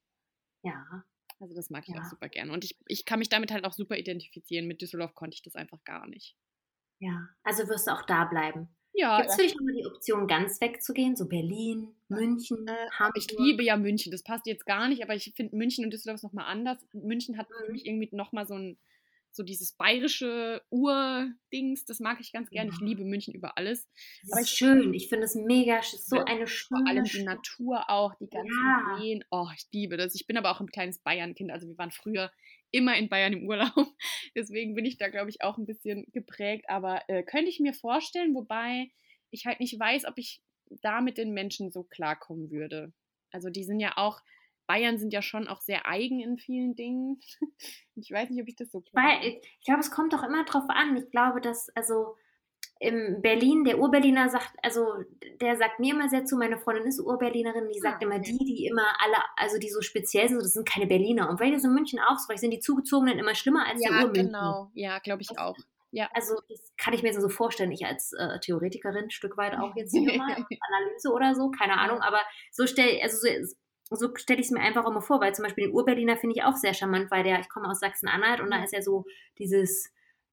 ja, Also das mag ich auch ja, super gerne. Und ich, ich kann mich damit halt auch super identifizieren. Mit Düsseldorf konnte ich das einfach gar nicht. ja. Also wirst du auch da bleiben. Ja, Gibt es für dich nochmal die Option, ganz wegzugehen? So Berlin, München, Äh, ich Hamburg? liebe ja München, das passt jetzt gar nicht, aber ich finde München und Düsseldorf ist nochmal anders. München hat für Mhm. mich irgendwie nochmal so ein, so dieses bayerische Urdings, das mag ich ganz gern. Ich Ja. liebe München über alles. Das Aber ist ich schön. Ich finde es mega, sch- so liebe eine vor schöne allem die Stadt. Natur auch, die ganzen Ja, Seen. Oh, ich liebe das. Ich bin aber auch ein kleines Bayern-Kind, also wir waren früher immer in Bayern im Urlaub. Deswegen bin ich da, glaube ich, auch ein bisschen geprägt. Aber äh, könnte ich mir vorstellen, wobei ich halt nicht weiß, ob ich da mit den Menschen so klarkommen würde. Also die sind ja auch, Bayern sind ja schon auch sehr eigen in vielen Dingen. Ich weiß nicht, ob ich das so klar weil bin. ich, ich glaube, es kommt doch immer drauf an. Ich glaube, dass, also in Berlin, der Urberliner sagt, also der sagt mir immer sehr zu, meine Freundin ist Urberlinerin, die Ah, sagt immer, okay. die, die immer alle, also die so speziell sind, so, das sind keine Berliner. Und vielleicht ist in München auch so, vielleicht sind die Zugezogenen immer schlimmer als der Ja, Urmünchner. genau. Ja, glaube ich Das, auch. Ja. also das kann ich mir so vorstellen, ich als äh, Theoretikerin, ein Stück weit auch jetzt hier mal, Analyse oder so, keine Ahnung, Ja. aber so stelle also so, so stelle ich es mir einfach immer vor, weil zum Beispiel den Urberliner finde ich auch sehr charmant, weil der, ich komme aus Sachsen-Anhalt und da Ja. ist ja so dieses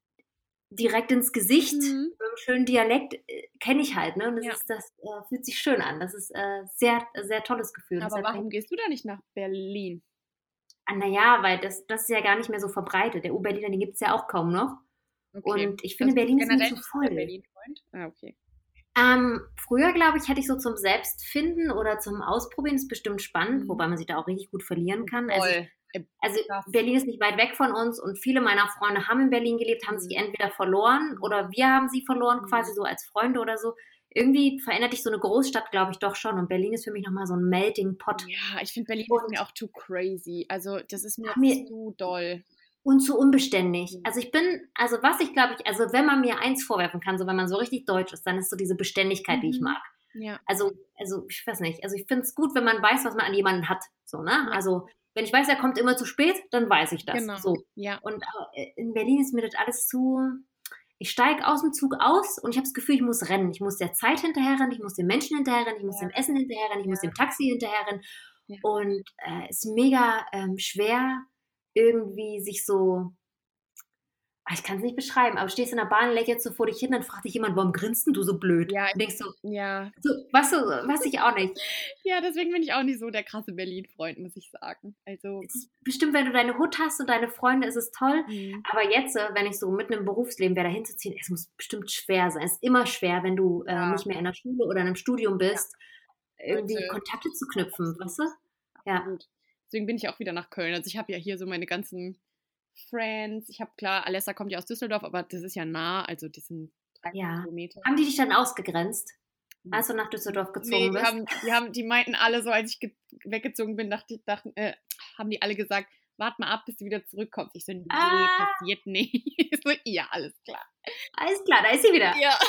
direkt ins Gesicht, Mhm. mit einem schönen Dialekt, äh, kenne ich halt, ne? Und das Ja. ist, das äh, fühlt sich schön an. Das ist äh, sehr, sehr tolles Gefühl. Aber Deshalb denke warum gehst du da nicht nach Berlin? ich, ah, naja, weil das, das ist ja gar nicht mehr so verbreitet. Der Urberliner, den gibt es ja auch kaum noch. Okay. Und ich finde, Also bist du Berlin ist mir generell zu nicht so der voll. Berlin-Freund? Ah, okay. Ähm, früher, glaube ich, hätte ich so zum Selbstfinden oder zum Ausprobieren, ist bestimmt spannend, Mhm. wobei man sich da auch richtig gut verlieren kann. Also ich, Voll. Äh, also krass. Berlin ist nicht weit weg von uns und viele meiner Freunde haben in Berlin gelebt, haben sich Mhm. entweder verloren oder wir haben sie verloren, quasi Mhm. so als Freunde oder so. Irgendwie verändert dich so eine Großstadt, glaube ich, doch schon. Und Berlin ist für mich nochmal so ein Melting Pot. Ja, ich finde Berlin ist Und mir auch too crazy. Also das ist mir ja, mir, zu doll. und zu unbeständig. Ja. Also ich bin, also was ich glaube ich, also wenn man mir eins vorwerfen kann, so wenn man so richtig deutsch ist, dann ist so diese Beständigkeit, die ich Mhm. mag. Ja. Also, also ich weiß nicht. Also ich finde es gut, wenn man weiß, was man an jemanden hat. So, ne? Ja, Also wenn ich weiß, er kommt immer zu spät, dann weiß ich das. genau. So. Ja. Und äh, in Berlin ist mir das alles zu. Ich steige aus dem Zug aus und ich habe das Gefühl, ich muss rennen. Ich muss der Zeit hinterherrennen, ich muss den Menschen hinterherrennen, ich muss Ja. dem Essen hinterherrennen, ich muss Ja. dem Taxi hinterherrennen. Ja. Und äh, es ist mega ähm, schwer, irgendwie sich so. Ah, ich kann es nicht beschreiben, aber du stehst in der Bahn, lächelst so vor dich hin, dann fragt dich jemand, warum grinst denn du so blöd? Ja, Und denkst so, ja. so was, so, was ich auch nicht. Ja, deswegen bin ich auch nicht so der krasse Berlin-Freund, muss ich sagen. Also, Es ist bestimmt, wenn du deine Hut hast und deine Freunde, ist es toll. mhm. Aber jetzt, äh, wenn ich so mitten im Berufsleben wäre, da hinzuziehen, es muss bestimmt schwer sein. Es ist immer schwer, wenn du äh, Ja, nicht mehr in der Schule oder in einem Studium ja, bist, irgendwie Leute, Kontakte zu ja, knüpfen, absolut, weißt du? Ja, absolut. Deswegen bin ich auch wieder nach Köln. Also ich habe ja hier so meine ganzen Friends. Ich habe klar, Alessa kommt ja aus Düsseldorf, aber das ist ja nah, also die sind dreihundert ja. Kilometer. Haben die dich dann ausgegrenzt, Mhm. als du nach Düsseldorf Nee, gezogen die bist? haben, die haben, die meinten alle so, als ich ge- weggezogen bin, dachte, dachten, äh, haben die alle gesagt, wart mal ab, bis du wieder zurückkommst. Ich so, nee, Ah, passiert nicht. Ich so, ja, alles klar. alles klar, da ist sie wieder. Ja.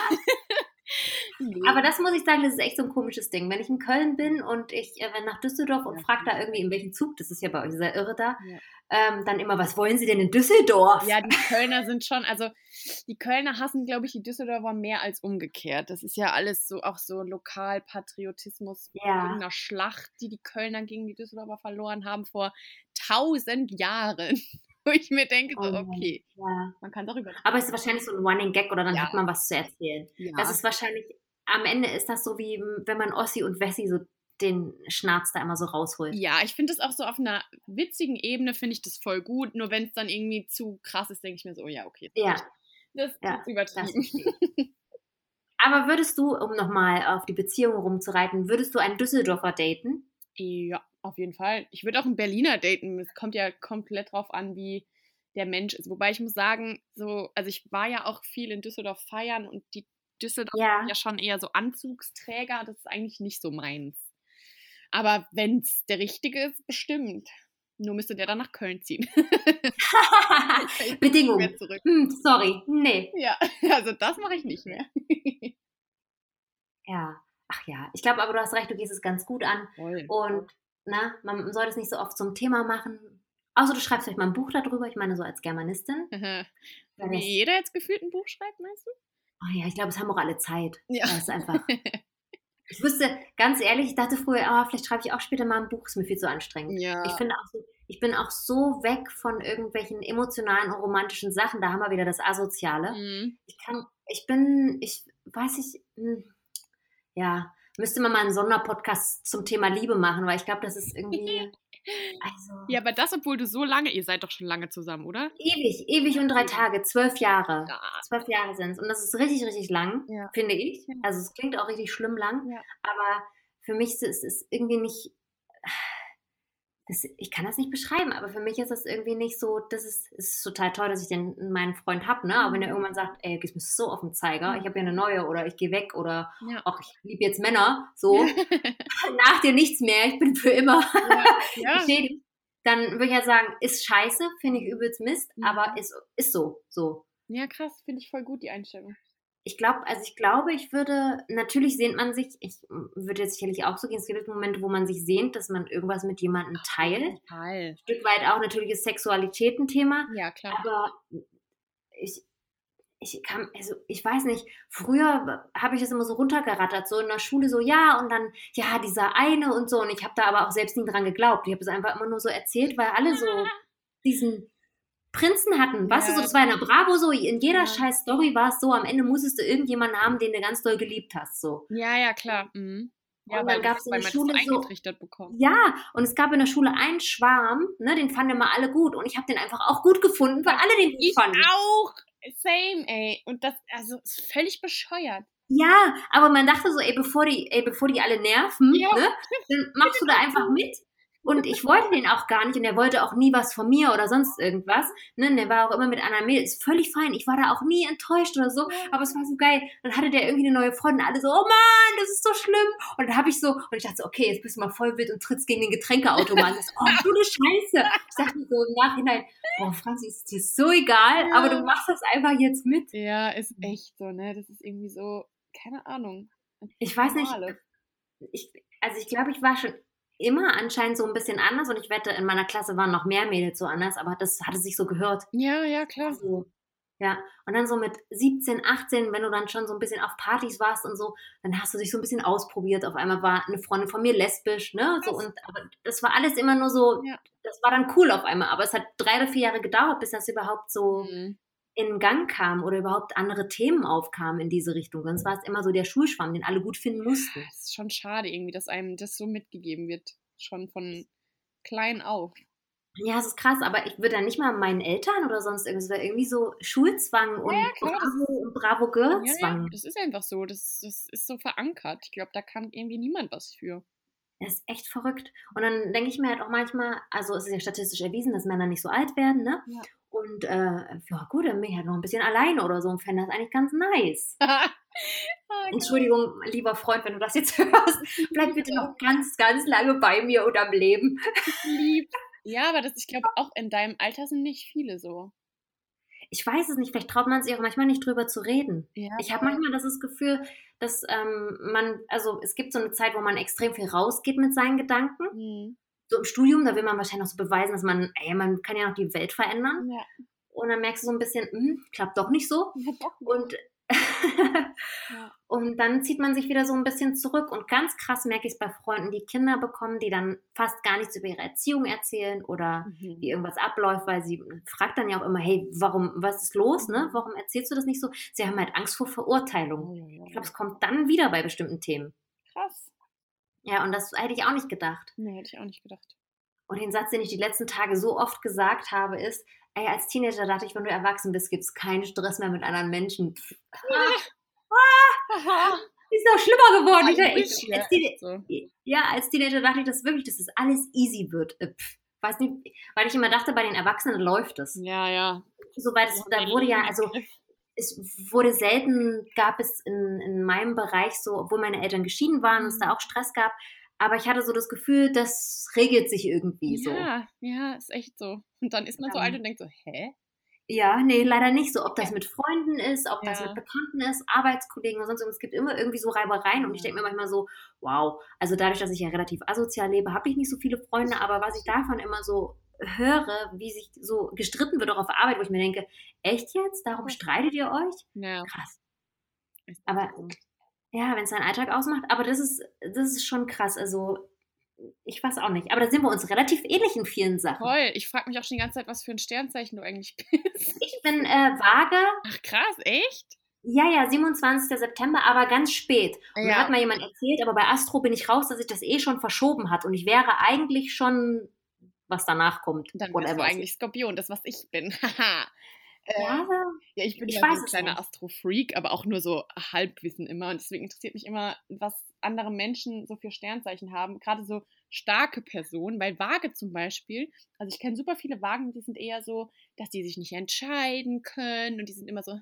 Aber Nee. das muss ich sagen, das ist echt so ein komisches Ding. Wenn ich in Köln bin und ich äh, wenn nach Düsseldorf und Ja, frage da irgendwie, in welchen Zug, das ist ja bei euch sehr irre da, ja. ähm, dann immer, was wollen Sie denn in Düsseldorf? Ja, die Kölner sind schon, also die Kölner hassen, glaube ich, die Düsseldorfer mehr als umgekehrt. Das ist ja alles so, auch so Lokalpatriotismus von Ja, irgendeiner Schlacht, die die Kölner gegen die Düsseldorfer verloren haben vor tausend Jahren. wo ich mir denke, so, Oh nein. okay, Ja. man kann darüber. Aber es ist wahrscheinlich so ein Running Gag oder dann Ja. hat man was zu erzählen. Das Ja. ist wahrscheinlich, am Ende ist das so wie, wenn man Ossi und Wessi so den Schnarz da immer so rausholt. Ja, ich finde das auch so auf einer witzigen Ebene, finde ich das voll gut. Nur wenn es dann irgendwie zu krass ist, denke ich mir so, oh ja, okay. Ja. Das Ja, ist das übertrieben. verstehe ich. Aber würdest du, um nochmal auf die Beziehung rumzureiten, würdest du einen Düsseldorfer daten? Ja, auf jeden Fall. Ich würde auch einen Berliner daten. Es kommt ja komplett drauf an, wie der Mensch ist. Wobei ich muss sagen, so, also ich war ja auch viel in Düsseldorf feiern und die Düsseldorf Ja. sind ja schon eher so Anzugsträger. Das ist eigentlich nicht so meins. Aber wenn es der Richtige ist, bestimmt. Nur müsste der dann nach Köln ziehen. Bedingung. Mehr zurück. Hm, sorry, nee. Ja, also das mache ich nicht mehr. Ja, ach ja. Ich glaube aber, du hast recht, du gehst es ganz gut an. Voll. Und na, man soll das nicht so oft zum Thema machen. Außer du schreibst vielleicht mal ein Buch darüber, ich meine so als Germanistin. Ja, Wie das, jeder jetzt gefühlt ein Buch schreibt, meinst du? oh ja, ich glaube, es haben auch alle Zeit. Ja. Das ist einfach. Ich wüsste, ganz ehrlich, ich dachte früher, oh, vielleicht schreibe ich auch später mal ein Buch, ist mir viel zu anstrengend. Ja. Ich finde auch so, ich bin auch so weg von irgendwelchen emotionalen und romantischen Sachen, da haben wir wieder das Asoziale. Mhm. Ich kann, ich bin, ich weiß ich, hm, ja, müsste man mal einen Sonderpodcast zum Thema Liebe machen, weil ich glaube, das ist irgendwie, also Ja, aber das, obwohl du so lange, ihr seid doch schon lange zusammen, oder? ewig, ewig und drei Tage, zwölf Jahre. Ja. Zwölf Jahre sind es. Und das ist richtig, richtig lang, Ja. finde ich. Ja. Also es klingt auch richtig schlimm lang, Ja. aber für mich ist es ist irgendwie nicht, das, ich kann das nicht beschreiben, aber für mich ist das irgendwie nicht so, das ist, ist total toll, dass ich den meinen Freund habe, ne? Aber wenn er irgendwann sagt, ey, du gehst mir so auf den Zeiger, ich habe ja eine neue oder ich gehe weg oder Ja. auch ich liebe jetzt Männer, so, nach dir nichts mehr, ich bin für immer Ja. geschädigt, dann würde ich ja sagen, ist scheiße, finde ich übelst Mist, Mhm. aber ist, ist so, so. Ja, krass, finde ich voll gut, die Einstellung. Ich glaube, also ich glaube, ich würde, natürlich sehnt man sich, ich würde jetzt sicherlich auch so gehen, es gibt Momente, wo man sich sehnt, dass man irgendwas mit jemandem teilt. Total. Ein Stück weit auch natürlich ist Sexualität ein Thema, Ja, klar. aber ich, ich kann, also ich weiß nicht, früher habe ich das immer so runtergerattert, so in der Schule so, ja, und dann, ja, dieser eine und so, und ich habe da aber auch selbst nie dran geglaubt. Ich habe es einfach immer nur so erzählt, weil alle so diesen Prinzen hatten. Weißt du, so, Ja. das war in der Bravo so, in jeder Ja. scheiß Story war es so, am Ende musstest du irgendjemanden haben, den du ganz doll geliebt hast, so. Ja, ja, klar. Mhm. Ja, Und weil, dann gab es in weil der man Schule das so so, eingetrichtert bekommt. ja, und es gab in der Schule einen Schwarm, ne, den fanden immer alle gut und ich habe den einfach auch gut gefunden, weil alle den gut Ich fanden. auch. Same, ey. Und das, also, ist völlig bescheuert. Ja, aber man dachte so, ey, bevor die, ey, bevor die alle nerven, Ja. ne, dann machst du da einfach mit. Und ich wollte den auch gar nicht und er wollte auch nie was von mir oder sonst irgendwas. Ne, und der war auch immer mit einer Mädel, ist völlig fein. Ich war da auch nie enttäuscht oder so, aber es war so geil. Dann hatte der irgendwie eine neue Freundin, alle so, oh Mann, das ist so schlimm. Und dann habe ich so, und ich dachte so, okay, jetzt bist du mal voll wild und trittst gegen den Getränkeautomaten. Das, oh, du eine Scheiße. Ich dachte mir so im Nachhinein, boah, Franzi, ist dir so egal, Ja. aber du machst das einfach jetzt mit. Ja, ist echt so, ne? Das ist irgendwie so, keine Ahnung. Ich weiß nicht, Normale. ich, also ich glaube, ich war schon immer anscheinend so ein bisschen anders und ich wette, in meiner Klasse waren noch mehr Mädels so anders, aber das hatte sich so gehört. Ja, ja, klar. Also, ja, und dann so mit siebzehn, achtzehn, wenn du dann schon so ein bisschen auf Partys warst und so, dann hast du dich so ein bisschen ausprobiert. Auf einmal war eine Freundin von mir lesbisch, ne? So, und aber das war alles immer nur so, Ja. das war dann cool auf einmal, aber es hat drei oder vier Jahre gedauert, bis das überhaupt so Mhm. in Gang kam oder überhaupt andere Themen aufkamen in diese Richtung. Sonst war es immer so der Schulschwamm, den alle gut finden mussten. Das ist schon schade irgendwie, dass einem das so mitgegeben wird. Schon von klein auf. Ja, es ist krass, aber ich würde dann nicht mal meinen Eltern oder sonst irgendwas, weil irgendwie so Schulzwang und Ja, klar, das Bravo und Bravo Ja, Girl-Zwang. ja, das ist einfach so. Das, das ist so verankert. Ich glaube, da kann irgendwie niemand was für. Das ist echt verrückt. Und dann denke ich mir halt auch manchmal, also es ist ja statistisch erwiesen, dass Männer nicht so alt werden, ne? Ja. Und äh, ja gut, dann bin ich halt noch ein bisschen alleine oder so und fände das eigentlich ganz nice. Ah, Entschuldigung, lieber Freund, wenn du das jetzt hörst, bleib bitte noch ganz, ganz lange bei mir und am Leben. lieb. Ja, aber das, ich glaube, auch in deinem Alter sind nicht viele so. Ich weiß es nicht, vielleicht traut man sich auch manchmal nicht drüber zu reden. Ja, Ich habe manchmal das, das Gefühl, dass ähm, man, also es gibt so eine Zeit, wo man extrem viel rausgeht mit seinen Gedanken. Hm. So im Studium, da will man wahrscheinlich noch so beweisen, dass man, ey, man kann ja noch die Welt verändern. Ja. Und dann merkst du so ein bisschen, hm, klappt doch nicht so. Ja, doch. Und, Ja. Und dann zieht man sich wieder so ein bisschen zurück. Und ganz krass merke ich es bei Freunden, die Kinder bekommen, die dann fast gar nichts über ihre Erziehung erzählen oder Mhm. wie irgendwas abläuft, weil sie fragt dann ja auch immer, hey, warum, was ist los, ne? Warum erzählst du das nicht so? Sie haben halt Angst vor Verurteilung. Oh, ja, ja, Ich glaube, ja. es kommt dann wieder bei bestimmten Themen. Krass. Ja, und das hätte ich auch nicht gedacht. Nee, hätte ich auch nicht gedacht. Und den Satz, den ich die letzten Tage so oft gesagt habe, ist, ey, als Teenager dachte ich, wenn du erwachsen bist, gibt es keinen Stress mehr mit anderen Menschen. Pff, ah, Aha. ist noch schlimmer geworden. Ich, I ich, wish, ja, als Teen- echt so. ja, als Teenager dachte ich das wirklich, dass das alles easy wird. Äh, Pff, weiß nicht, weil ich immer dachte, bei den Erwachsenen läuft es. Ja, ja. So, weil das, da wurde ja, also es wurde selten, gab es in, in meinem Bereich so, obwohl meine Eltern geschieden waren und es da auch Stress gab, aber ich hatte so das Gefühl, das regelt sich irgendwie so. Ja, ja, ist echt so. Und dann ist man so Ja. alt und denkt so, hä? Ja, nee, leider nicht so. Ob das mit Freunden ist, ob das Ja. mit Bekannten ist, Arbeitskollegen oder sonst irgendwas. Es gibt immer irgendwie so Reibereien und ich denke mir manchmal so, wow, also dadurch, dass ich ja relativ asozial lebe, habe ich nicht so viele Freunde, aber was ich davon immer so höre, wie sich so gestritten wird auch auf Arbeit, wo ich mir denke, echt jetzt? Darum streitet ihr euch? Ja. Krass. Ist Aber so. ja, wenn es seinen Alltag ausmacht, aber das ist, das ist schon krass. Also, ich weiß auch nicht. Aber da sind wir uns relativ ähnlich in vielen Sachen. Toll. Ich frage mich auch schon die ganze Zeit, was für ein Sternzeichen du eigentlich bist. Ich bin äh, vage. Ach krass, echt? Ja, ja, siebenundzwanzigster September, aber ganz spät. Und mir Ja. hat mal jemand erzählt, aber bei Astro bin ich raus, dass sich das eh schon verschoben hat. Und ich wäre eigentlich schon, was danach kommt. Dann bist du whatever. eigentlich Skorpion, das was ich bin. Haha. Äh, Ja, ja, ich bin ich ja weiß so ein es kleiner nicht. Astro-Freak, aber auch nur so Halbwissen immer. Und deswegen interessiert mich immer, was andere Menschen so für Sternzeichen haben. Gerade so starke Personen, weil Waage zum Beispiel, also ich kenne super viele Wagen, die sind eher so, dass die sich nicht entscheiden können und die sind immer so,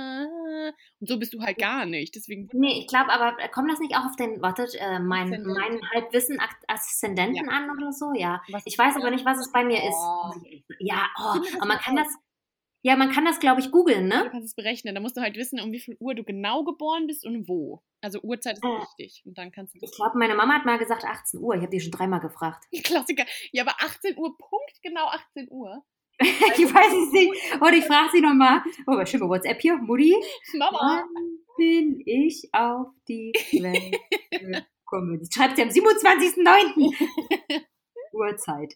und so bist du halt gar nicht. Deswegen Nee, ich glaube, aber äh, kommt das nicht auch auf den, wartet, äh, mein, Aszendent. meinen Halbwissen Ak- Aszendenten Ja. an oder so? Ja. Was Ich weiß aber nicht, was es bei mir Oh. ist. muss ich ehrlich sagen. Ja, oh, Finde das aber man mal kann raus. das, ja, man kann das, glaube ich, googeln, Du ne? kannst es berechnen. Da musst du halt wissen, um wie viel Uhr du genau geboren bist und wo. Also Uhrzeit ist Äh, wichtig. Und dann kannst du Ich das. glaube, meine Mama hat mal gesagt achtzehn Uhr. Ich habe die schon dreimal gefragt. Klassiker. Ja, aber achtzehn Uhr, Punkt genau achtzehn Uhr. Ich weiß es nicht. Und ich frage sie nochmal. Oh, was schön, WhatsApp hier. Mutti, Mama. wann bin ich auf die Welt gekommen? Sie schreibt sie am siebenundzwanzigsten neunten Uhrzeit.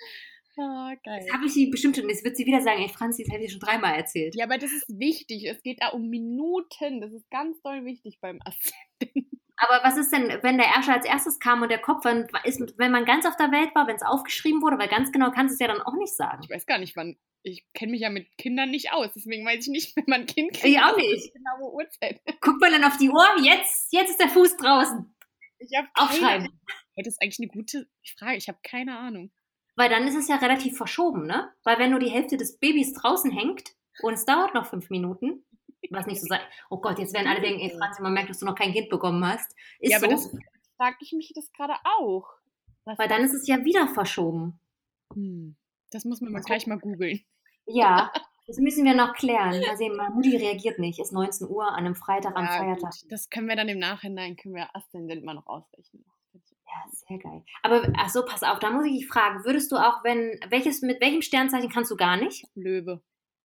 Ah, geil. Das habe ich sie bestimmt schon. Jetzt wird sie wieder sagen, ey Franzi, das habe ich schon dreimal erzählt. Ja, aber das ist wichtig. Es geht da um Minuten. Das ist ganz doll wichtig beim Aszendenten. Aber was ist denn, wenn der Erscher als erstes kam und der Kopf, wann ist, wenn man ganz auf der Welt war, wenn es aufgeschrieben wurde, weil ganz genau kannst du es ja dann auch nicht sagen. Ich weiß gar nicht, wann. Ich kenne mich ja mit Kindern nicht aus. Deswegen weiß ich nicht, wenn man ein Kind kriegt. Ich auch was nicht. ist die genaue Uhrzeit. Guckt man dann auf die Uhr, jetzt, jetzt ist der Fuß draußen. Ich habe Aufschreiben. Hey, das ist eigentlich eine gute Frage. Ich habe keine Ahnung. Weil dann ist es ja relativ verschoben, ne? Weil wenn nur die Hälfte des Babys draußen hängt und es dauert noch fünf Minuten, was nicht so sein. Oh Gott, jetzt werden alle denken, ey Franzi, man merkt, dass du noch kein Kind bekommen hast. Ist Ja, aber so. das frage ich mich das gerade auch. Was Weil dann ist es ja wieder verschoben. Hm, das muss man mal gleich mal googeln. Ja, das müssen wir noch klären. Mal sehen, meine Mutti reagiert nicht. Ist neunzehn Uhr an einem Freitag, am Ja, Feiertag. gut. Das können wir dann im Nachhinein, können wir Aszendent mal noch ausrechnen. Ja, sehr geil. Aber ach so, pass auf, da muss ich dich fragen, würdest du auch, wenn, welches, mit welchem Sternzeichen kannst du gar nicht? Löwe.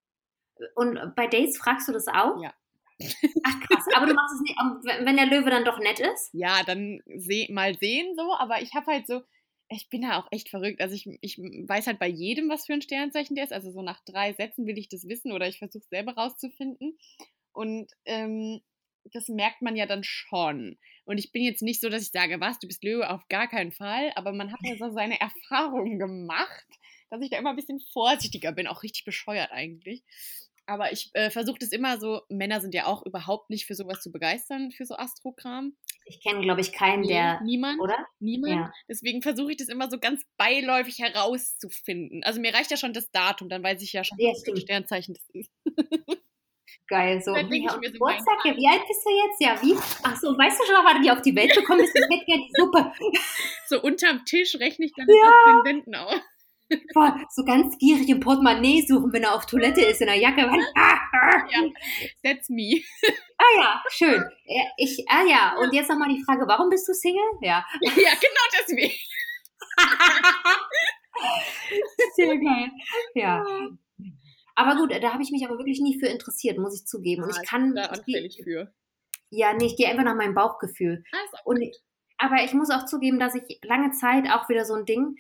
Und bei Dates fragst du das auch? Ja. Ach krass, aber du machst es nicht, wenn der Löwe dann doch nett ist? Ja, dann seh, mal sehen so, aber ich habe halt so, ich bin da auch echt verrückt. Also ich, ich weiß halt bei jedem, was für ein Sternzeichen der ist. Also so nach drei Sätzen will ich das wissen oder ich versuche es selber rauszufinden. Und ähm, das merkt man ja dann schon. Und ich bin jetzt nicht so, dass ich sage, was, du bist Löwe, auf gar keinen Fall. Aber man hat ja so seine Erfahrungen gemacht, dass ich da immer ein bisschen vorsichtiger bin. Auch richtig bescheuert eigentlich. Aber ich äh, versuche das immer so, Männer sind ja auch überhaupt nicht für sowas zu begeistern, für so Astrokram. Ich kenne, glaube ich, keinen, Nee, der, niemand, oder? niemand. Ja. Deswegen versuche ich das immer so ganz beiläufig herauszufinden. Also mir reicht ja schon das Datum, dann weiß ich ja schon, Ja, was für ein stimmt. Sternzeichen das ist. Geil, so. Dann denk Ja, ich mir so, Geburtstag, ja, wie alt bist du jetzt? Ja, wie? Ach so, weißt du schon noch, wann du die auf die Welt bekommen bist? Ich hätte gerne die Suppe. So unterm Tisch rechne ich dann den Ja. Aszendenten aus. Boah, so ganz gierig im Portemonnaie suchen, wenn er auf Toilette ist, in der Jacke. Ah, ah. Ja, that's me. Ah ja, schön. Ja, ich, ah ja, und jetzt nochmal die Frage, warum bist du Single? Ja. Ja, genau deswegen. Sehr geil. Ja. Aber gut, da habe ich mich aber wirklich nie für interessiert, muss ich zugeben. Und Ah, ich kann, Da ich, anfällig für. Ja, nee, ich gehe einfach nach meinem Bauchgefühl. Ah, ist auch Und gut. aber ich muss auch zugeben, dass ich lange Zeit auch wieder so ein Ding,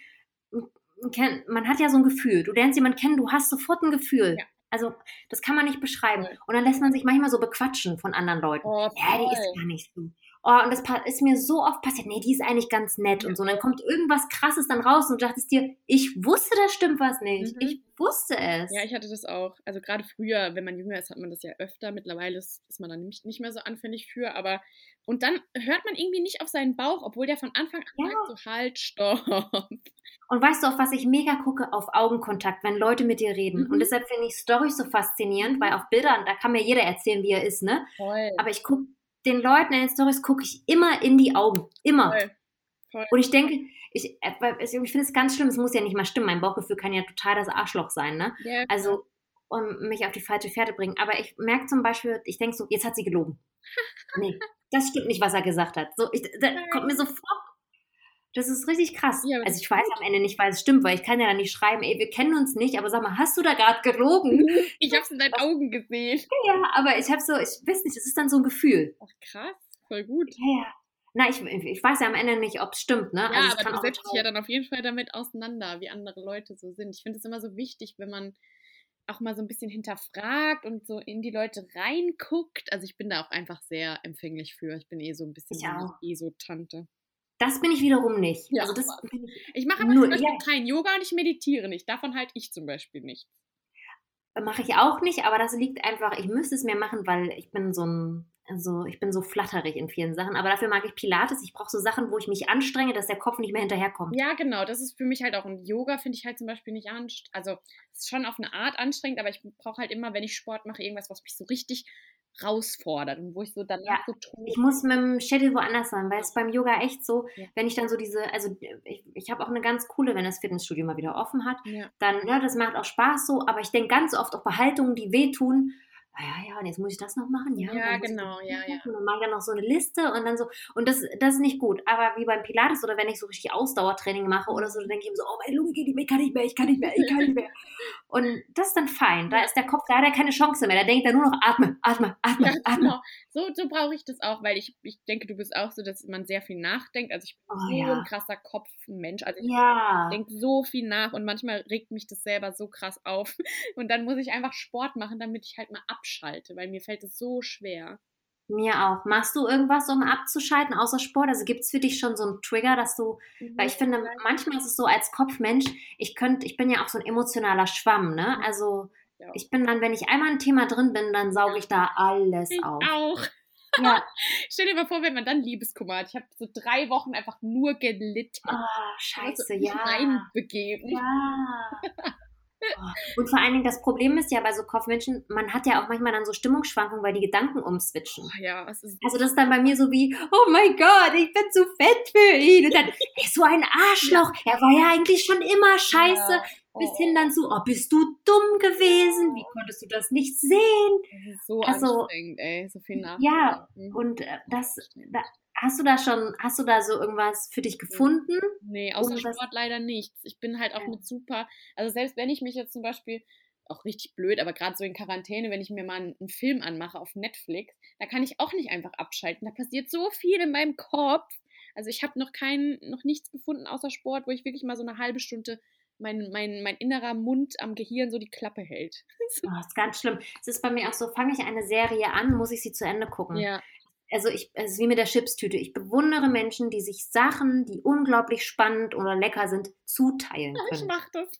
kenn- man hat ja so ein Gefühl. Du lernst jemanden kennen, du hast sofort ein Gefühl. Ja, Also, das kann man nicht beschreiben. voll. Und dann lässt man sich manchmal so bequatschen von anderen Leuten. Oh, Ja, die ist voll. gar nicht so. Oh, und das pa- ist mir so oft passiert. Nee, die ist eigentlich ganz nett Ja. und so. Und dann kommt irgendwas Krasses dann raus und du dachtest dir, ich wusste, da stimmt was nicht. Mhm. Ich wusste es. Ja, ich hatte das auch. Also gerade früher, wenn man jünger ist, hat man das ja öfter. Mittlerweile ist, ist man dann nicht, nicht mehr so anfällig für. Aber und dann hört man irgendwie nicht auf seinen Bauch, obwohl der von Anfang an Ja. sagt, so halt, stopp. Und weißt du, auf was ich mega gucke? Auf Augenkontakt, wenn Leute mit dir reden. Mhm. Und deshalb finde ich Storys so faszinierend, Mhm. weil auf Bildern, da kann mir jeder erzählen, wie er ist, ne? Voll. Aber ich gucke den Leuten in den Storys, gucke ich immer in die Augen. Immer. Voll. Voll. Und ich denke, ich, äh, weil es- ich finde es ganz schlimm, es muss ja nicht mal stimmen. Mein Bauchgefühl kann ja total das Arschloch sein, ne? Ja, klar. Also, um mich auf die falsche Fährte bringen. Aber ich merke zum Beispiel, ich denke so, jetzt hat sie gelogen. Nee, das stimmt nicht, was er gesagt hat. So, ich, da kommt mir sofort. Das ist richtig krass. Ja, aber das Also ich ist weiß gut. am Ende nicht, weil es stimmt, weil ich kann ja dann nicht schreiben, ey, wir kennen uns nicht, aber sag mal, hast du da gerade gelogen? Ich hab's in deinen Augen gesehen. Ja, aber ich habe so, ich weiß nicht, das ist dann so ein Gefühl. Ach, krass. Voll gut. Ja, ja. Na, ich, ich weiß ja am Ende nicht, ob es stimmt, ne? Ja, Also es aber kann du auch setzt dich ja total- dann auf jeden Fall damit auseinander, wie andere Leute so sind. Ich finde es immer so wichtig, wenn man auch mal so ein bisschen hinterfragt und so in die Leute reinguckt. Also ich bin da auch einfach sehr empfänglich für. Ich bin eh so ein bisschen Ich so eine auch. ESO-Tante. Das bin ich wiederum nicht. Ja, Also das was? bin ich, Ich mache aber Nur- zum Beispiel ja. kein Yoga und ich meditiere nicht. Davon halte ich zum Beispiel nicht. mache ich auch nicht, aber das liegt einfach, ich müsste es mehr machen, weil ich bin so ein, also ich bin so flatterig in vielen Sachen, aber dafür mag ich Pilates. Ich brauche so Sachen, wo ich mich anstrenge, dass der Kopf nicht mehr hinterherkommt. Ja, genau. Das ist für mich halt auch. Und Yoga finde ich halt zum Beispiel nicht anstrengend. Also es ist schon auf eine Art anstrengend, aber ich brauche halt immer, wenn ich Sport mache, irgendwas, was mich so richtig herausfordert und wo ich so danach Ja, so tue. Ich muss mit dem Schädel woanders sein, weil es beim Yoga echt so, Ja. wenn ich dann so diese, also ich, ich habe auch eine ganz coole, wenn das Fitnessstudio mal wieder offen hat, Ja. dann, ja, das macht auch Spaß so, aber ich denke ganz oft auch bei Haltungen, die wehtun. Ah ja, ja, und jetzt muss ich das noch machen, ja. und Ja, dann muss ich genau, das ja, noch ja. machen, Und dann mache ich dann noch so eine Liste und dann so, und das, das ist nicht gut. Aber wie beim Pilates oder wenn ich so richtig Ausdauertraining mache oder so, dann denke ich mir so, oh, meine Lunge geht nicht mehr, ich kann nicht mehr, ich kann nicht mehr, ich kann nicht mehr. Und das ist dann fein. Da Ja. ist der Kopf, da hat er keine Chance mehr. Da denkt er nur noch, atme, atme, atme, Ja, atme. genau. So, so brauche ich das auch, weil ich, ich denke, du bist auch so, dass man sehr viel nachdenkt. Also ich bin Oh, so ja. ein krasser Kopfmensch. Also ich Ja. denke so viel nach und manchmal regt mich das selber so krass auf. Und dann muss ich einfach Sport machen, damit ich halt mal abschalte, weil mir fällt es so schwer. Mir auch. Machst du irgendwas, um abzuschalten, außer Sport? Also gibt es für dich schon so einen Trigger, dass du, weil ich finde, manchmal ist es so als Kopfmensch, ich könnte, ich bin ja auch so ein emotionaler Schwamm, ne? Also Ja. ich bin dann, wenn ich einmal ein Thema drin bin, dann sauge ich da alles Ich auf. auch. Ja. Stell dir mal vor, wenn man dann Liebeskummer hat. Ich habe so drei Wochen einfach nur gelitten. Oh, Ich muss scheiße, mich ja. reinbegeben. Ja. Oh. Und vor allen Dingen, das Problem ist ja bei so Kopfmenschen, man hat ja auch manchmal dann so Stimmungsschwankungen, weil die Gedanken umswitchen. Oh, ja, es ist Also das ist dann bei mir so wie, oh mein Gott, ich bin zu fett für ihn. Und dann, er ist so ein Arschloch. Er war ja eigentlich schon immer scheiße. Ja. Bis Oh, hin dann zu, oh, bist du dumm gewesen? Wie konntest du das nicht sehen? das ist so Also, anstrengend, ey. So viel Ja, nachdenken. und äh, das, da, hast du da schon, hast du da so irgendwas für dich gefunden? Nee, außer Irgendwas- Sport leider nichts. Ich bin halt auch Ja. mit super, also selbst wenn ich mich jetzt zum Beispiel, auch richtig blöd, aber gerade so in Quarantäne, wenn ich mir mal einen, einen Film anmache auf Netflix, da kann ich auch nicht einfach abschalten. Da passiert so viel in meinem Kopf. Also ich habe noch kein, noch nichts gefunden außer Sport, wo ich wirklich mal so eine halbe Stunde mein, mein, mein innerer Mund am Gehirn so die Klappe hält. Oh, das ist ganz schlimm. Es ist bei mir auch so, fange ich eine Serie an, muss ich sie zu Ende gucken. Ja, Also ich, es ist wie mit der Chipstüte. Ich bewundere Menschen, die sich Sachen, die unglaublich spannend oder lecker sind, zuteilen ich können. mach das.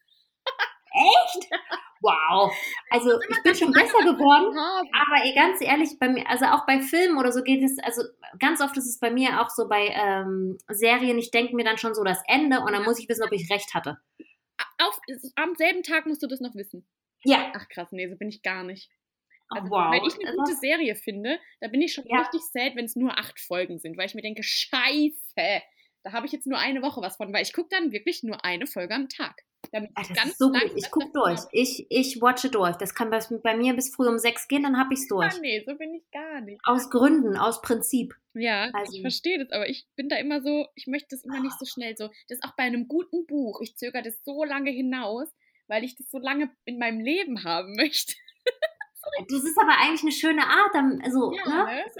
Wow. Also ich bin schon besser geworden. Haben. Aber ey, ganz ehrlich, bei mir, also auch bei Filmen oder so geht es, also ganz oft ist es bei mir auch so bei ähm, Serien, ich denke mir dann schon so das Ende und dann Ja. muss ich wissen, ob ich recht hatte. Auf, am selben Tag musst du das noch wissen. Ja. Ach krass, nee, so bin ich gar nicht. Oh, Also, wow. wenn ich eine gute Das- Serie finde, da bin ich schon Ja. richtig sad, wenn es nur acht Folgen sind, weil ich mir denke, scheiße, da habe ich jetzt nur eine Woche was von, weil ich gucke dann wirklich nur eine Folge am Tag. Damit Ah, ich das ganz ist so lang gut. Ich was gucke davon durch. habe. Ich, ich watche durch. Das kann bei, bei mir bis früh um sechs gehen, dann habe ich es durch. Ah, nee, so bin ich gar nicht. Aus Gründen, aus Prinzip. Ja, Also- ich verstehe das, aber ich bin da immer so, ich möchte das immer nicht so schnell so. Das ist auch bei einem guten Buch. Ich zögere das so lange hinaus, weil ich das so lange in meinem Leben haben möchte. Das ist aber eigentlich eine schöne Art. dann- Also, Ja, ne? ne? Das ist eigentlich,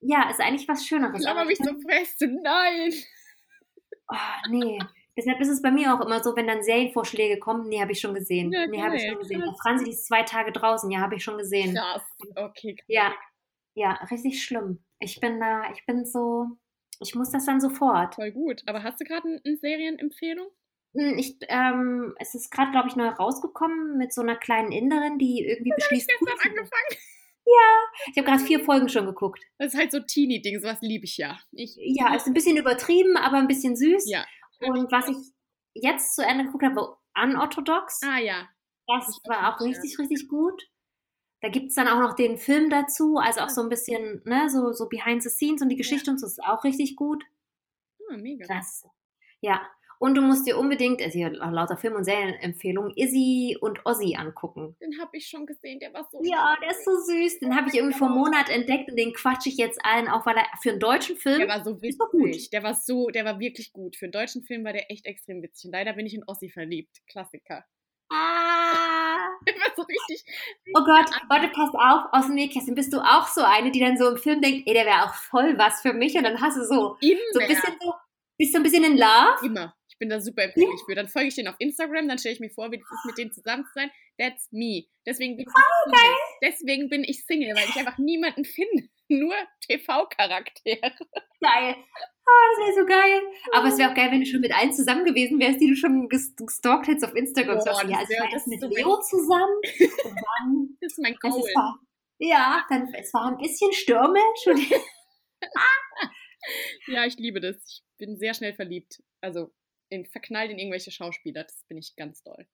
Ja, ist eigentlich was Schöneres. Klammer Aber mich ich so bin, fest. Nein. oh, nee. Deshalb ist es bei mir auch immer so, wenn dann Serienvorschläge kommen, nee, habe ich schon gesehen. Ja, Nee, habe ich geil. schon gesehen. Bei Krass. Franzi, die ist zwei Tage draußen, ja, habe ich schon gesehen. Krass. Okay, krass. Ja, ja, richtig schlimm. Ich bin da, ich bin so, ich muss das dann sofort. Voll gut. Aber hast du gerade eine Serienempfehlung? Hm, Ich, ähm, es ist gerade, glaube ich, neu rausgekommen mit so einer kleinen Inderin, die irgendwie beschließt, cool Gestern zu sein. angefangen. Ich habe gerade vier Folgen schon geguckt. Das ist halt so Teenie-Ding, sowas liebe ich ja. Ich, Ja, ist ein bisschen übertrieben, aber ein bisschen süß. ja. Und was ich jetzt zu Ende geguckt habe, war Unorthodox. Ah ja. Das Ich war auch liebe, ja. richtig, richtig gut. Da gibt es dann auch noch den Film dazu, also auch so ein bisschen, ne, so, so behind the scenes und die Geschichte und so ist auch richtig gut. Ah, mega. Das, ja. Und du musst dir unbedingt, also hier lauter Film- und Serienempfehlungen, Izzy und Ozzy angucken. Den habe ich schon gesehen, der war so Ja, der ist so süß. Den habe ich irgendwie vor einem Monat entdeckt und den quatsche ich jetzt allen auf, weil er für einen deutschen Film Der war so ist doch gut. witzig. Der war so, der war wirklich gut. Für einen deutschen Film war der echt extrem witzig. Und leider bin ich in Ossi verliebt. Klassiker. Ah. Der war so richtig. Oh Gott, warte, pass auf, aus dem Nähkästchen. Bist du auch so eine, die dann so im Film denkt, ey, der wäre auch voll was für mich? Und dann hast du so, Immer. so ein bisschen so, bist du ein bisschen in Love? Immer. Ich bin da super empfänglich für. Dann folge ich den auf Instagram, dann stelle ich mir vor, wie das ist, mit denen zusammen zu sein. That's me. Deswegen bin ich Single. geil. Deswegen bin ich Single, weil ich einfach niemanden finde. Nur T V-Charaktere. Geil. Oh, das wäre so geil. Aber es wäre auch geil, wenn du schon mit allen zusammen gewesen wärst, die du schon ges- gestalkt hättest auf Instagram. Boah, So, ja, das also ich wär- war das erst ist mit so Leo zusammen und dann, Das ist mein also Goal. es war, ja, dann, es war ein bisschen stürmisch. Und Ja, ich liebe das. Ich bin sehr schnell verliebt. Also in, verknallt in irgendwelche Schauspieler. Das bin ich ganz doll.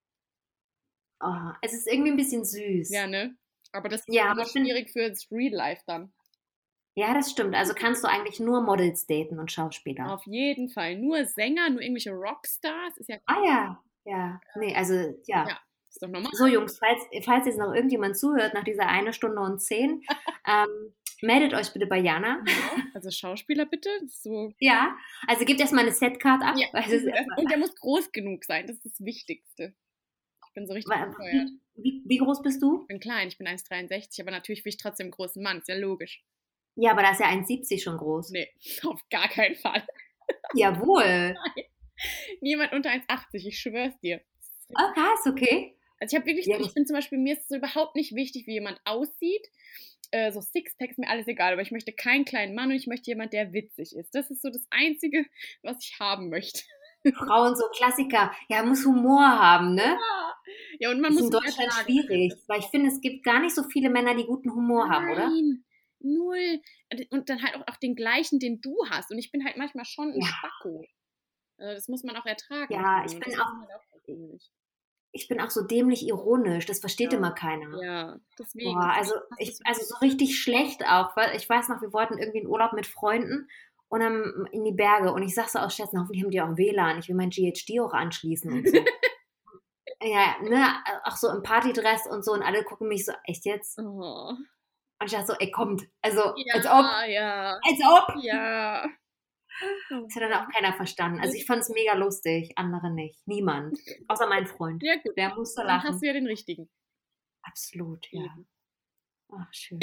oh, es ist irgendwie ein bisschen süß. Ja, ne? Aber das ist Ja, immer aber ich bin- schwierig für das Real Life dann. Ja, das stimmt. Also kannst du eigentlich nur Models daten und Schauspieler. Auf jeden Fall. Nur Sänger, nur irgendwelche Rockstars. Ist ja, Ah ja, ja. Nee, also ja. Ja. ist doch normal. So Jungs, falls, falls jetzt noch irgendjemand zuhört nach dieser eine Stunde und zehn, ähm, meldet euch bitte bei Jana. Ja, also Schauspieler bitte. Das ist so. Ja, also gebt erstmal eine Setcard ab. Ja. Weil das ist erstmal, Und der muss groß genug sein. Das ist das Wichtigste. Ich bin so richtig Wa- bescheuert. wie, wie groß bist du? Ich bin klein, ich bin eins Komma dreiundsechzig, aber natürlich will ich trotzdem einen großen Mann. Ist ja logisch. Ja, aber da ist ja eins Komma siebzig schon groß. Nee, auf gar keinen Fall. Jawohl. Niemand unter eins Komma achtzig, ich schwör's dir. Oh, krass, okay. Also ich habe wirklich, Ja, ich das- bin zum Beispiel, mir ist es so überhaupt nicht wichtig, wie jemand aussieht. Äh, so Sixpack ist mir alles egal, aber ich möchte keinen kleinen Mann und ich möchte jemand, der witzig ist. Das ist so das Einzige, was ich haben möchte. Frauen, so Klassiker. Ja, muss Humor haben, ne? Ja, und man Ist muss in Deutschland ertragen. schwierig, weil ich finde, es gibt gar nicht so viele Männer, die guten Humor haben, oder? Nein, null. Und dann halt auch, auch den gleichen, den du hast. Und ich bin halt manchmal schon ein Ja. Spacko. Also das muss man auch ertragen. Ja, können. ich Und bin das auch- ist halt auch persönlich. Ich bin auch so dämlich ironisch, das versteht Ja. immer keiner. Ja, deswegen. Boah, also, ich, also so richtig schlecht auch, weil ich weiß noch, wir wollten irgendwie in Urlaub mit Freunden und dann in die Berge und ich sag so aus Scherz, na, hoffentlich haben die auch W L A N, ich will mein G H D auch anschließen und so. Ja, ne, auch so im Partydress und so und alle gucken mich so, echt jetzt? Oh. Und ich dachte so, ey, kommt, also, Ja, als ob, ja, als ob. ja. Das hat dann auch keiner verstanden. Also ich fand es mega lustig, andere nicht, niemand, außer mein Freund. Ja, gut. Der musste Dann lachen. hast du ja den richtigen. Absolut, ja. Eben. Ach, schön.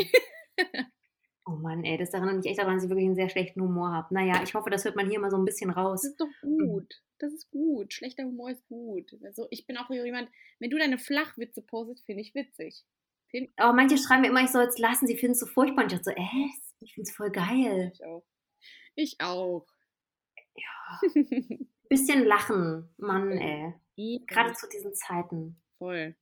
Oh Mann, ey, das erinnert mich echt daran, dass ich wirklich einen sehr schlechten Humor habe. Naja, ich hoffe, das hört man hier mal so ein bisschen raus. Das ist doch gut. Das ist gut. Schlechter Humor ist gut. Also ich bin auch so jemand, wenn du deine Flachwitze postest, finde ich witzig. Find Aber manche schreiben mir immer, ich soll es lassen, sie finden es so furchtbar. Und ich dachte so, äh, ich finde es voll geil. ich auch. Ich auch. Ja. Bisschen lachen, Mann, ey. Eben. Gerade zu diesen Zeiten. Voll.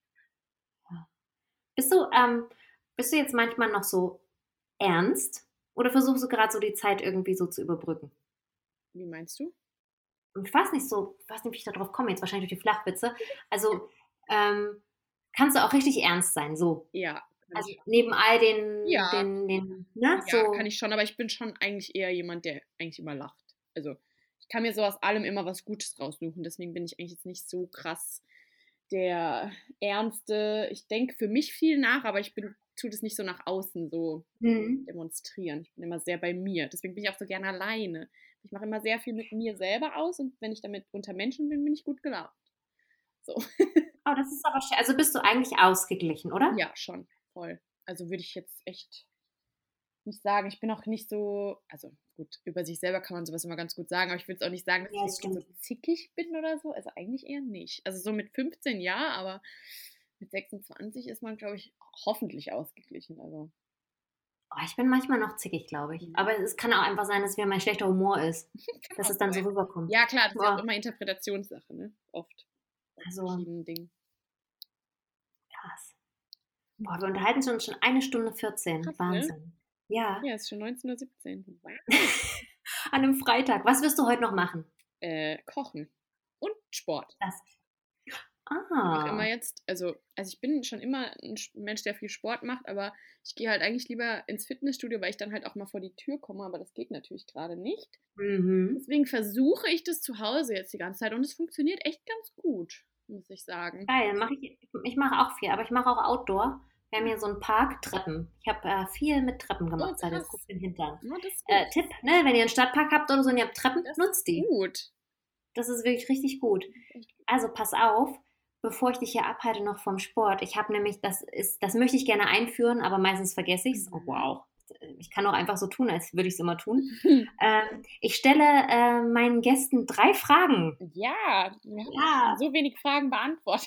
Bist du, ähm, bist du jetzt manchmal noch so ernst? Oder versuchst du gerade so die Zeit irgendwie so zu überbrücken? Wie meinst du? Und ich weiß nicht so, ich weiß nicht, wie ich da drauf komme, jetzt wahrscheinlich durch die Flachwitze. Also, ähm, kannst du auch richtig ernst sein, so. Ja. Kann Also ich, neben all den, Ja. den, den, ne, ja, so. kann ich schon, aber ich bin schon eigentlich eher jemand, der eigentlich immer lacht. Also ich kann mir so aus allem immer was Gutes raussuchen, deswegen bin ich eigentlich jetzt nicht so krass der Ernste. Ich denke für mich viel nach, aber ich bin, tue das nicht so nach außen so Mhm. demonstrieren. Ich bin immer sehr bei mir. Deswegen bin ich auch so gerne alleine. Ich mache immer sehr viel mit mir selber aus und wenn ich damit unter Menschen bin, bin ich gut gelaunt. So. Oh, das ist aber schön. Also bist du eigentlich ausgeglichen, oder? Ja, schon. Voll. Also würde ich jetzt echt nicht sagen. Ich bin auch nicht so, also gut, über sich selber kann man sowas immer ganz gut sagen, aber ich würde es auch nicht sagen, dass Ja, ich das irgendwie stimmt. so zickig bin oder so. Also eigentlich eher nicht. Also so mit fünfzehn ja, aber mit sechsundzwanzig ist man, glaube ich, hoffentlich ausgeglichen. Also. Oh, ich bin manchmal noch zickig, glaube ich. Mhm. Aber es kann auch einfach sein, dass mir mein schlechter Humor ist, Kann dass auch es dann so sein. rüberkommt. Ja, klar, das ist ja auch Boah, immer Interpretationssache, ne? Oft bei also verschiedenen Dingen. krass. Boah, wir unterhalten uns schon eine Stunde vierzehn. Krass, ne? Wahnsinn. Ja, Ja, es ist schon neunzehn Uhr siebzehn. Wow. an einem Freitag. Was wirst du heute noch machen? Äh, Kochen und Sport. Das. Ich mache immer Ah. jetzt, also, also ich bin schon immer ein Sch- Mensch, der viel Sport macht, aber ich gehe halt eigentlich lieber ins Fitnessstudio, weil ich dann halt auch mal vor die Tür komme, aber das geht natürlich gerade nicht. Mhm. Deswegen versuche ich das zu Hause jetzt die ganze Zeit und es funktioniert echt ganz gut, muss ich sagen. Geil, mache ich, ich mache auch viel, aber ich mache auch Outdoor. Wir haben hier so einen Park, Treppen. Ich habe äh, viel mit Treppen Oh, gemacht, seit jetzt guck krass. den Hintern. Ja, das ist gut. Äh, Tipp, ne, wenn ihr einen Stadtpark habt oder so und ihr habt Treppen, Das nutzt ist die. gut. Das ist wirklich richtig gut. Das ist echt gut. Also pass auf, bevor ich dich hier abhalte noch vom Sport. Ich habe nämlich, das ist, das möchte ich gerne einführen, aber meistens vergesse ich es. Oh Mhm. wow. Ich kann auch einfach so tun, als würde ich es immer tun. Ähm, ich stelle äh, meinen Gästen drei Fragen. Ja, wir haben auch schon Ja. so wenig Fragen beantwortet.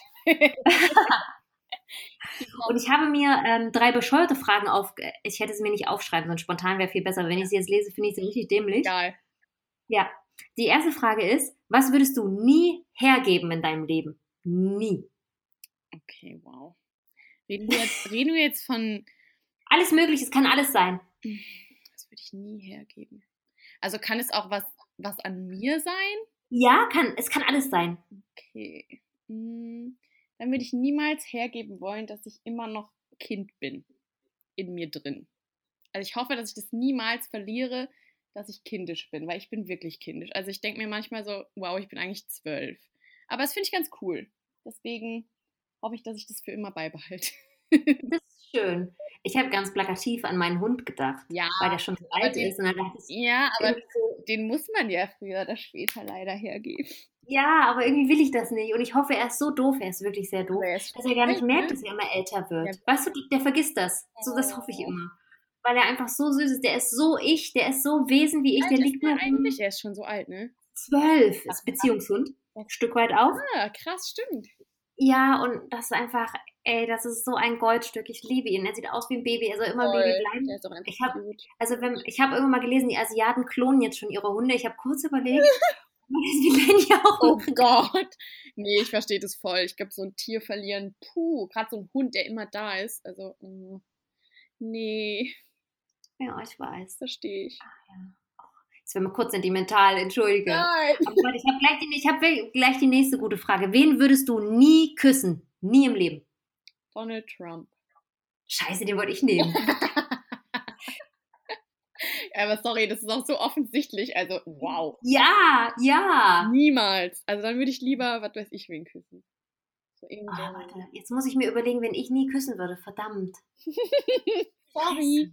Und ich habe mir ähm, drei bescheuerte Fragen auf. Ich hätte sie mir nicht aufschreiben sollen. Spontan wäre viel besser. Wenn ich sie jetzt lese, finde ich sie richtig dämlich. Egal. Ja. Die erste Frage ist: Was würdest du nie hergeben in deinem Leben? Nie. Okay, wow. Reden wir jetzt, reden wir jetzt von, Alles Mögliche, es kann alles sein. das würde ich nie hergeben. Also kann es auch was, was an mir sein? Ja, kann, es kann alles sein. Okay. Hm, dann würde ich niemals hergeben wollen, dass ich immer noch Kind bin. In mir drin. Also ich hoffe, dass ich das niemals verliere, dass ich kindisch bin, weil ich bin wirklich kindisch. Also ich denke mir manchmal so, wow, ich bin eigentlich zwölf. Aber das finde ich ganz cool. Deswegen hoffe ich, dass ich das für immer beibehalte. Das ist schön. Ich habe ganz plakativ an meinen Hund gedacht, Ja, weil der schon so aber alt den, ist. Und dann dachte ich, ja, aber irgendwie so, den muss man ja früher oder später leider hergeben. ja, aber irgendwie will ich das nicht. Und ich hoffe, er ist so doof, er ist wirklich sehr Aber doof, er ist dass schon er gar nicht alt, merkt, ne? dass er immer älter Ja. wird. Weißt du, der vergisst das. So, das hoffe ich Oh. immer. Weil er einfach so süß ist. Der ist so ich, der ist so Wesen wie ich. Der Alt ist liegt der nur eigentlich? rum. Er ist schon so alt, ne? Zwölf, Ach, ist Beziehungshund. krass. Stück weit auch. Ah, krass, stimmt. Ja, und das ist einfach, ey, das ist so ein Goldstück. Ich liebe ihn. Er sieht aus wie ein Baby. Er soll immer ein Baby Toll. Der bleiben. ist auch einfach Ich habe, cute. also wenn, ich habe irgendwann mal gelesen, die Asiaten klonen jetzt schon ihre Hunde. Ich habe kurz überlegt, die werden ja auch. Oh Gott. Nee, ich verstehe das voll. Ich glaube, so ein Tier verlieren, puh, gerade so ein Hund, der immer da ist. Also, mm, nee, Ja, ich weiß. verstehe ich. Jetzt werden wir kurz sentimental, entschuldige. Nein. Aber warte, ich habe gleich, die- ich hab gleich die nächste gute Frage. Wen würdest du nie küssen? Nie im Leben. Donald Trump. Scheiße, den wollte ich nehmen. Aber sorry, das ist auch so offensichtlich. Also, wow. Ja, ja. Niemals. Also dann würde ich lieber, was weiß ich, wen küssen. So Oh, irgendeinen. warte, jetzt muss ich mir überlegen, wen ich nie küssen würde. Verdammt. Sorry.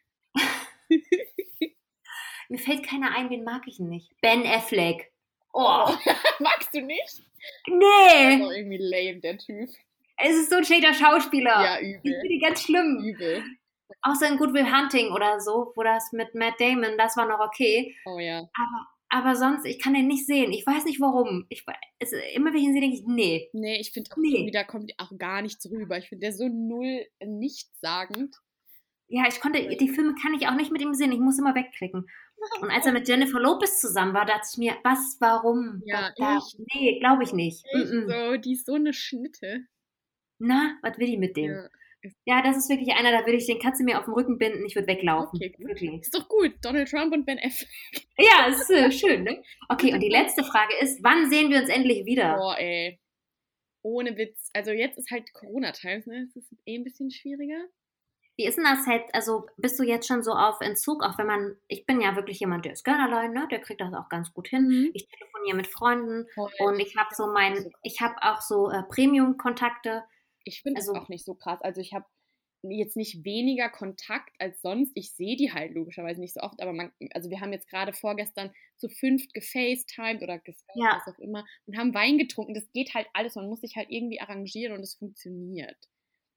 Mir fällt keiner ein, wen mag ich nicht. Ben Affleck. Oh, Magst du nicht? Ist nee. doch irgendwie lame, der Typ. Es ist so ein schlechter Schauspieler. Ja, Ich übel. finde die ganz schlimm. Übel. Außer in Good Will Hunting oder so, wo das mit Matt Damon, das war noch okay. Oh ja. Aber, aber sonst, ich kann den nicht sehen. Ich weiß nicht warum. Ich, es, immer wenn ich ihn sehe, denke ich, nee. Nee, ich finde auch Nee. irgendwie, da kommt auch gar nichts rüber. Ich finde der so null nichtssagend. Ja, ich konnte, die Filme kann ich auch nicht mit ihm sehen. Ich muss immer wegklicken. Und als er mit Jennifer Lopez zusammen war, dachte ich mir, was, warum? Ja, da, echt. Nee, glaube ich nicht. Echt Mm-mm. so, die ist so eine Schnitte. Na, was will ich mit dem? Ja. Ja, das ist wirklich einer, da würde ich den Katze mir auf den Rücken binden, ich würde weglaufen. Okay, gut. Wirklich. Ist doch gut. Donald Trump und Ben Affleck. Ja, ist äh, schön, ne? Okay, und die letzte Frage ist, wann sehen wir uns endlich wieder? Boah, ey. Ohne Witz. Also jetzt ist halt Corona-Time, ne? Das ist eh ein bisschen schwieriger. Wie ist denn das halt, also bist du jetzt schon so auf Entzug, auch wenn man, ich bin ja wirklich jemand, der ist gern allein, ne? Der kriegt das auch ganz gut hin. Mhm. Ich telefoniere mit Freunden Voll. und ich habe so mein, ich habe auch so äh, Premium-Kontakte. Ich finde Also- das auch nicht so krass. Also ich habe jetzt nicht weniger Kontakt als sonst. Ich sehe die halt logischerweise nicht so oft, aber man, also wir haben jetzt gerade vorgestern zu fünft gefacetimed oder geskypt, Ja. was auch immer, und haben Wein getrunken. Das geht halt alles. Man muss sich halt irgendwie arrangieren und es funktioniert.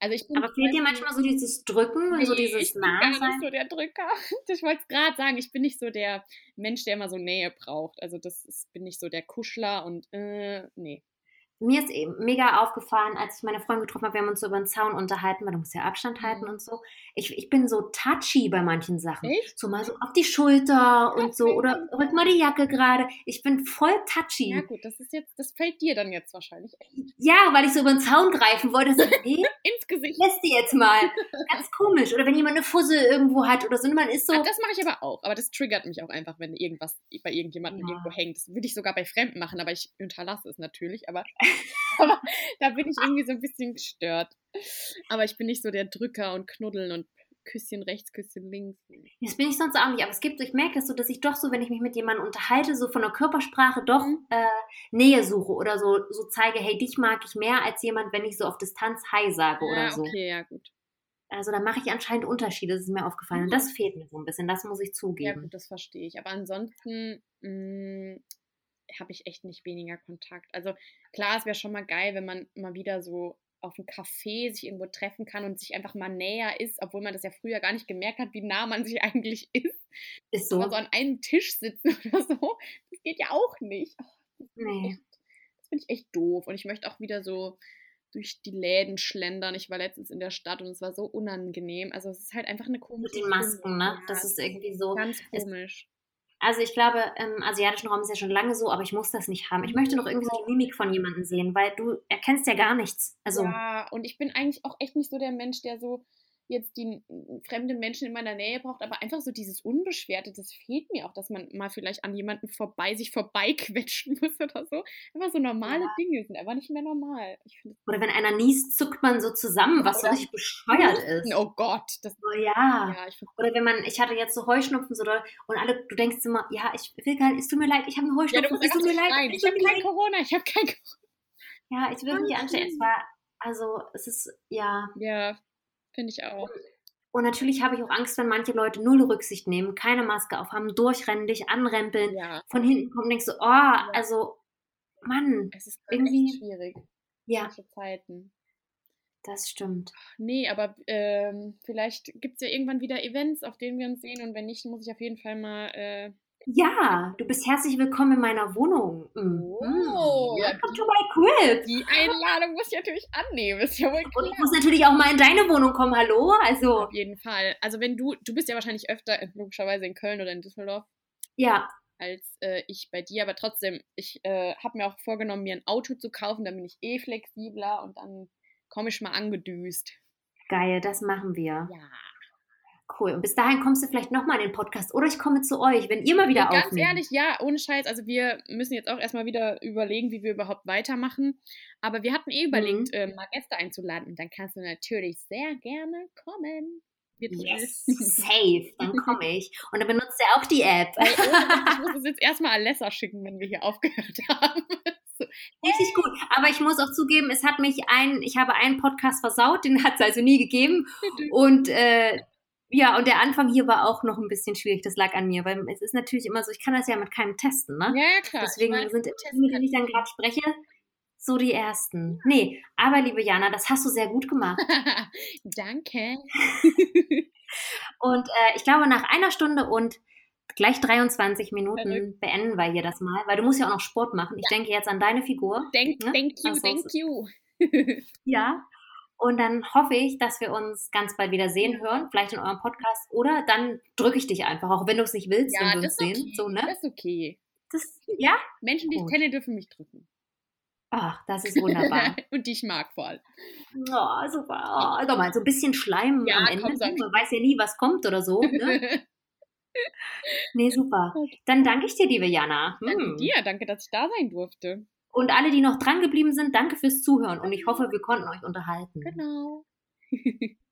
Also ich bin Aber fehlt dir manchmal so dieses Drücken und nee, so dieses ich bin gar nicht Nahsein? so der Drücker. Ich wollte es gerade sagen, ich bin nicht so der Mensch, der immer so Nähe braucht. Also das ist, bin nicht so der Kuschler und äh, nee. Mir ist eben mega aufgefallen, als ich meine Freundin getroffen habe, wir haben uns so über den Zaun unterhalten, weil du musst ja Abstand halten Mhm. und so. Ich, ich bin so touchy bei manchen Sachen. Echt? So mal so auf die Schulter und so Okay. oder rück mal die Jacke gerade. Ich bin voll touchy. Ja gut, das ist jetzt, das fällt dir dann jetzt wahrscheinlich echt Ja, weil ich so über den Zaun greifen wollte. So, nee, ins Gesicht. lass die jetzt mal. Ganz komisch. Oder wenn jemand eine Fussel irgendwo hat oder so. Und man ist so, Ah, das mache ich aber auch. Aber das triggert mich auch einfach, wenn irgendwas bei irgendjemandem Ja. irgendwo hängt. Das würde ich sogar bei Fremden machen, aber ich unterlasse es natürlich. Aber, aber da bin ich irgendwie so ein bisschen gestört. Aber ich bin nicht so der Drücker und Knuddeln und Küsschen rechts, Küsschen links. das bin ich sonst auch nicht. Aber es gibt, ich merke das so, dass ich doch so, wenn ich mich mit jemandem unterhalte, so von der Körpersprache doch Mhm. äh, Nähe suche oder so, so zeige, hey, dich mag ich mehr als jemand, wenn ich so auf Distanz Hi sage oder Ja, so. okay, ja gut. Also da mache ich anscheinend Unterschiede, das ist mir aufgefallen. Und das fehlt mir so ein bisschen, das muss ich Ja zugeben. gut, das verstehe ich. Aber ansonsten mh, habe ich echt nicht weniger Kontakt. Also klar, es wäre schon mal geil, wenn man mal wieder so auf einem Café sich irgendwo treffen kann und sich einfach mal näher ist, obwohl man das ja früher gar nicht gemerkt hat, wie nah man sich eigentlich ist. Ist Aber so. so an einem Tisch sitzen oder so, das geht ja auch nicht. Ach, das finde ich Nee. echt, das finde ich echt doof. Und ich möchte auch wieder so durch die Läden schlendern. Ich war letztens in der Stadt und es war so unangenehm. Also es ist halt einfach eine komische Mit den Masken, Stimmung. ne? Ja, Das ist irgendwie so. ganz Es, komisch. also ich glaube, im asiatischen Raum ist ja schon lange so, aber ich muss das nicht haben. Ich möchte noch irgendwie so die Mimik von jemandem sehen, weil du erkennst ja gar nichts. Also Ja, und ich bin eigentlich auch echt nicht so der Mensch, der so jetzt die fremden Menschen in meiner Nähe braucht, aber einfach so dieses Unbeschwerte, das fehlt mir auch, dass man mal vielleicht an jemanden vorbei, sich vorbeiquetschen muss oder so. Einfach so normale Ja. Dinge sind einfach nicht mehr normal. Ich finde oder wenn einer niest, zuckt man so zusammen, was so Oder richtig bescheuert ist. oh Gott, das So, ja. ja, ich find, Oder wenn man, ich hatte jetzt so Heuschnupfen so doll und alle, du denkst immer, ja, ich will gar nicht, es tut mir leid, ich habe einen ja, Heuschnupfen, du musst es einfach tut so mir leid, schreien. es Ich tut habe mir kein leid. Corona, ich habe kein Corona. Ja, ich will es nicht anstellen. Es war, also es ist, ja. Ja, finde ich auch. Und natürlich habe ich auch Angst, wenn manche Leute null Rücksicht nehmen, keine Maske aufhaben, durchrennen, dich anrempeln, Ja, von hinten kommen und denkst so, oh, also, Mann, es ist gerade echt irgendwie, schwierig. ja, Solche Zeiten. das stimmt. Nee, aber ähm, vielleicht gibt es ja irgendwann wieder Events, auf denen wir uns sehen. Und wenn nicht, muss ich auf jeden Fall mal. Äh, Ja, du bist herzlich willkommen in meiner Wohnung. Mhm. Oh, ja, Welcome to my crib. die Einladung muss ich natürlich annehmen, ist ja wohl Und klar. ich muss natürlich auch mal in deine Wohnung kommen, hallo? Also, Auf jeden Fall. Also wenn du, du bist ja wahrscheinlich öfter logischerweise in Köln oder in Düsseldorf ja, als äh, ich bei dir, aber trotzdem, ich äh, habe mir auch vorgenommen, mir ein Auto zu kaufen, dann bin ich eh flexibler und dann komme ich mal angedüst. geil, das machen wir. Ja. Cool. Und bis dahin kommst du vielleicht nochmal in den Podcast oder ich komme zu euch, wenn ihr mal wieder Ganz aufnehmt. ehrlich, ja, ohne Scheiß. Also wir müssen jetzt auch erstmal wieder überlegen, wie wir überhaupt weitermachen. Aber wir hatten eh überlegt, Mhm. äh, mal Gäste einzuladen. Und dann kannst du natürlich sehr gerne kommen. Yes, safe, dann komme ich. Und dann benutzt ihr auch die App. Ey, ich muss es jetzt erstmal Alessa schicken, wenn wir hier aufgehört haben. So. Richtig gut. Aber ich muss auch zugeben, es hat mich ein, ich habe einen Podcast versaut, den hat es also nie gegeben. Und äh, ja, und der Anfang hier war auch noch ein bisschen schwierig. Das lag an mir, weil es ist natürlich immer so, ich kann das ja mit keinem testen, ne? Ja, ja, klar. Deswegen ich weiß, sind testen die, mit denen ich dann gerade spreche, so die ersten. Nee, aber liebe Jana, das hast du sehr gut gemacht. Danke. Und äh, ich glaube, nach einer Stunde und gleich dreiundzwanzig Minuten Verrückt. beenden wir hier das mal, weil du musst ja auch noch Sport machen. Ich denke jetzt an deine Figur. Thank, ne? thank you, Also, thank you. Ja. Und dann hoffe ich, dass wir uns ganz bald wieder sehen hören, vielleicht in eurem Podcast. Oder dann drücke ich dich einfach, auch wenn du es nicht willst, wenn Ja, wir das uns ist okay. sehen. So, ne? Das ist okay. Das, ja? Menschen, die ich Gut. kenne, dürfen mich drücken. Ach, das ist wunderbar. Und die ich mag vor allem. Oh, super. Oh, doch mal, so ein bisschen Schleim Ja, am Ende. komm, sag Man weiß ja nie, was kommt oder so. Ne? Nee, super. Dann danke ich dir, liebe Jana. Danke Hm. dir, danke, dass ich da sein durfte. Und alle, die noch dran geblieben sind, danke fürs Zuhören. Und ich hoffe, wir konnten euch unterhalten. Genau.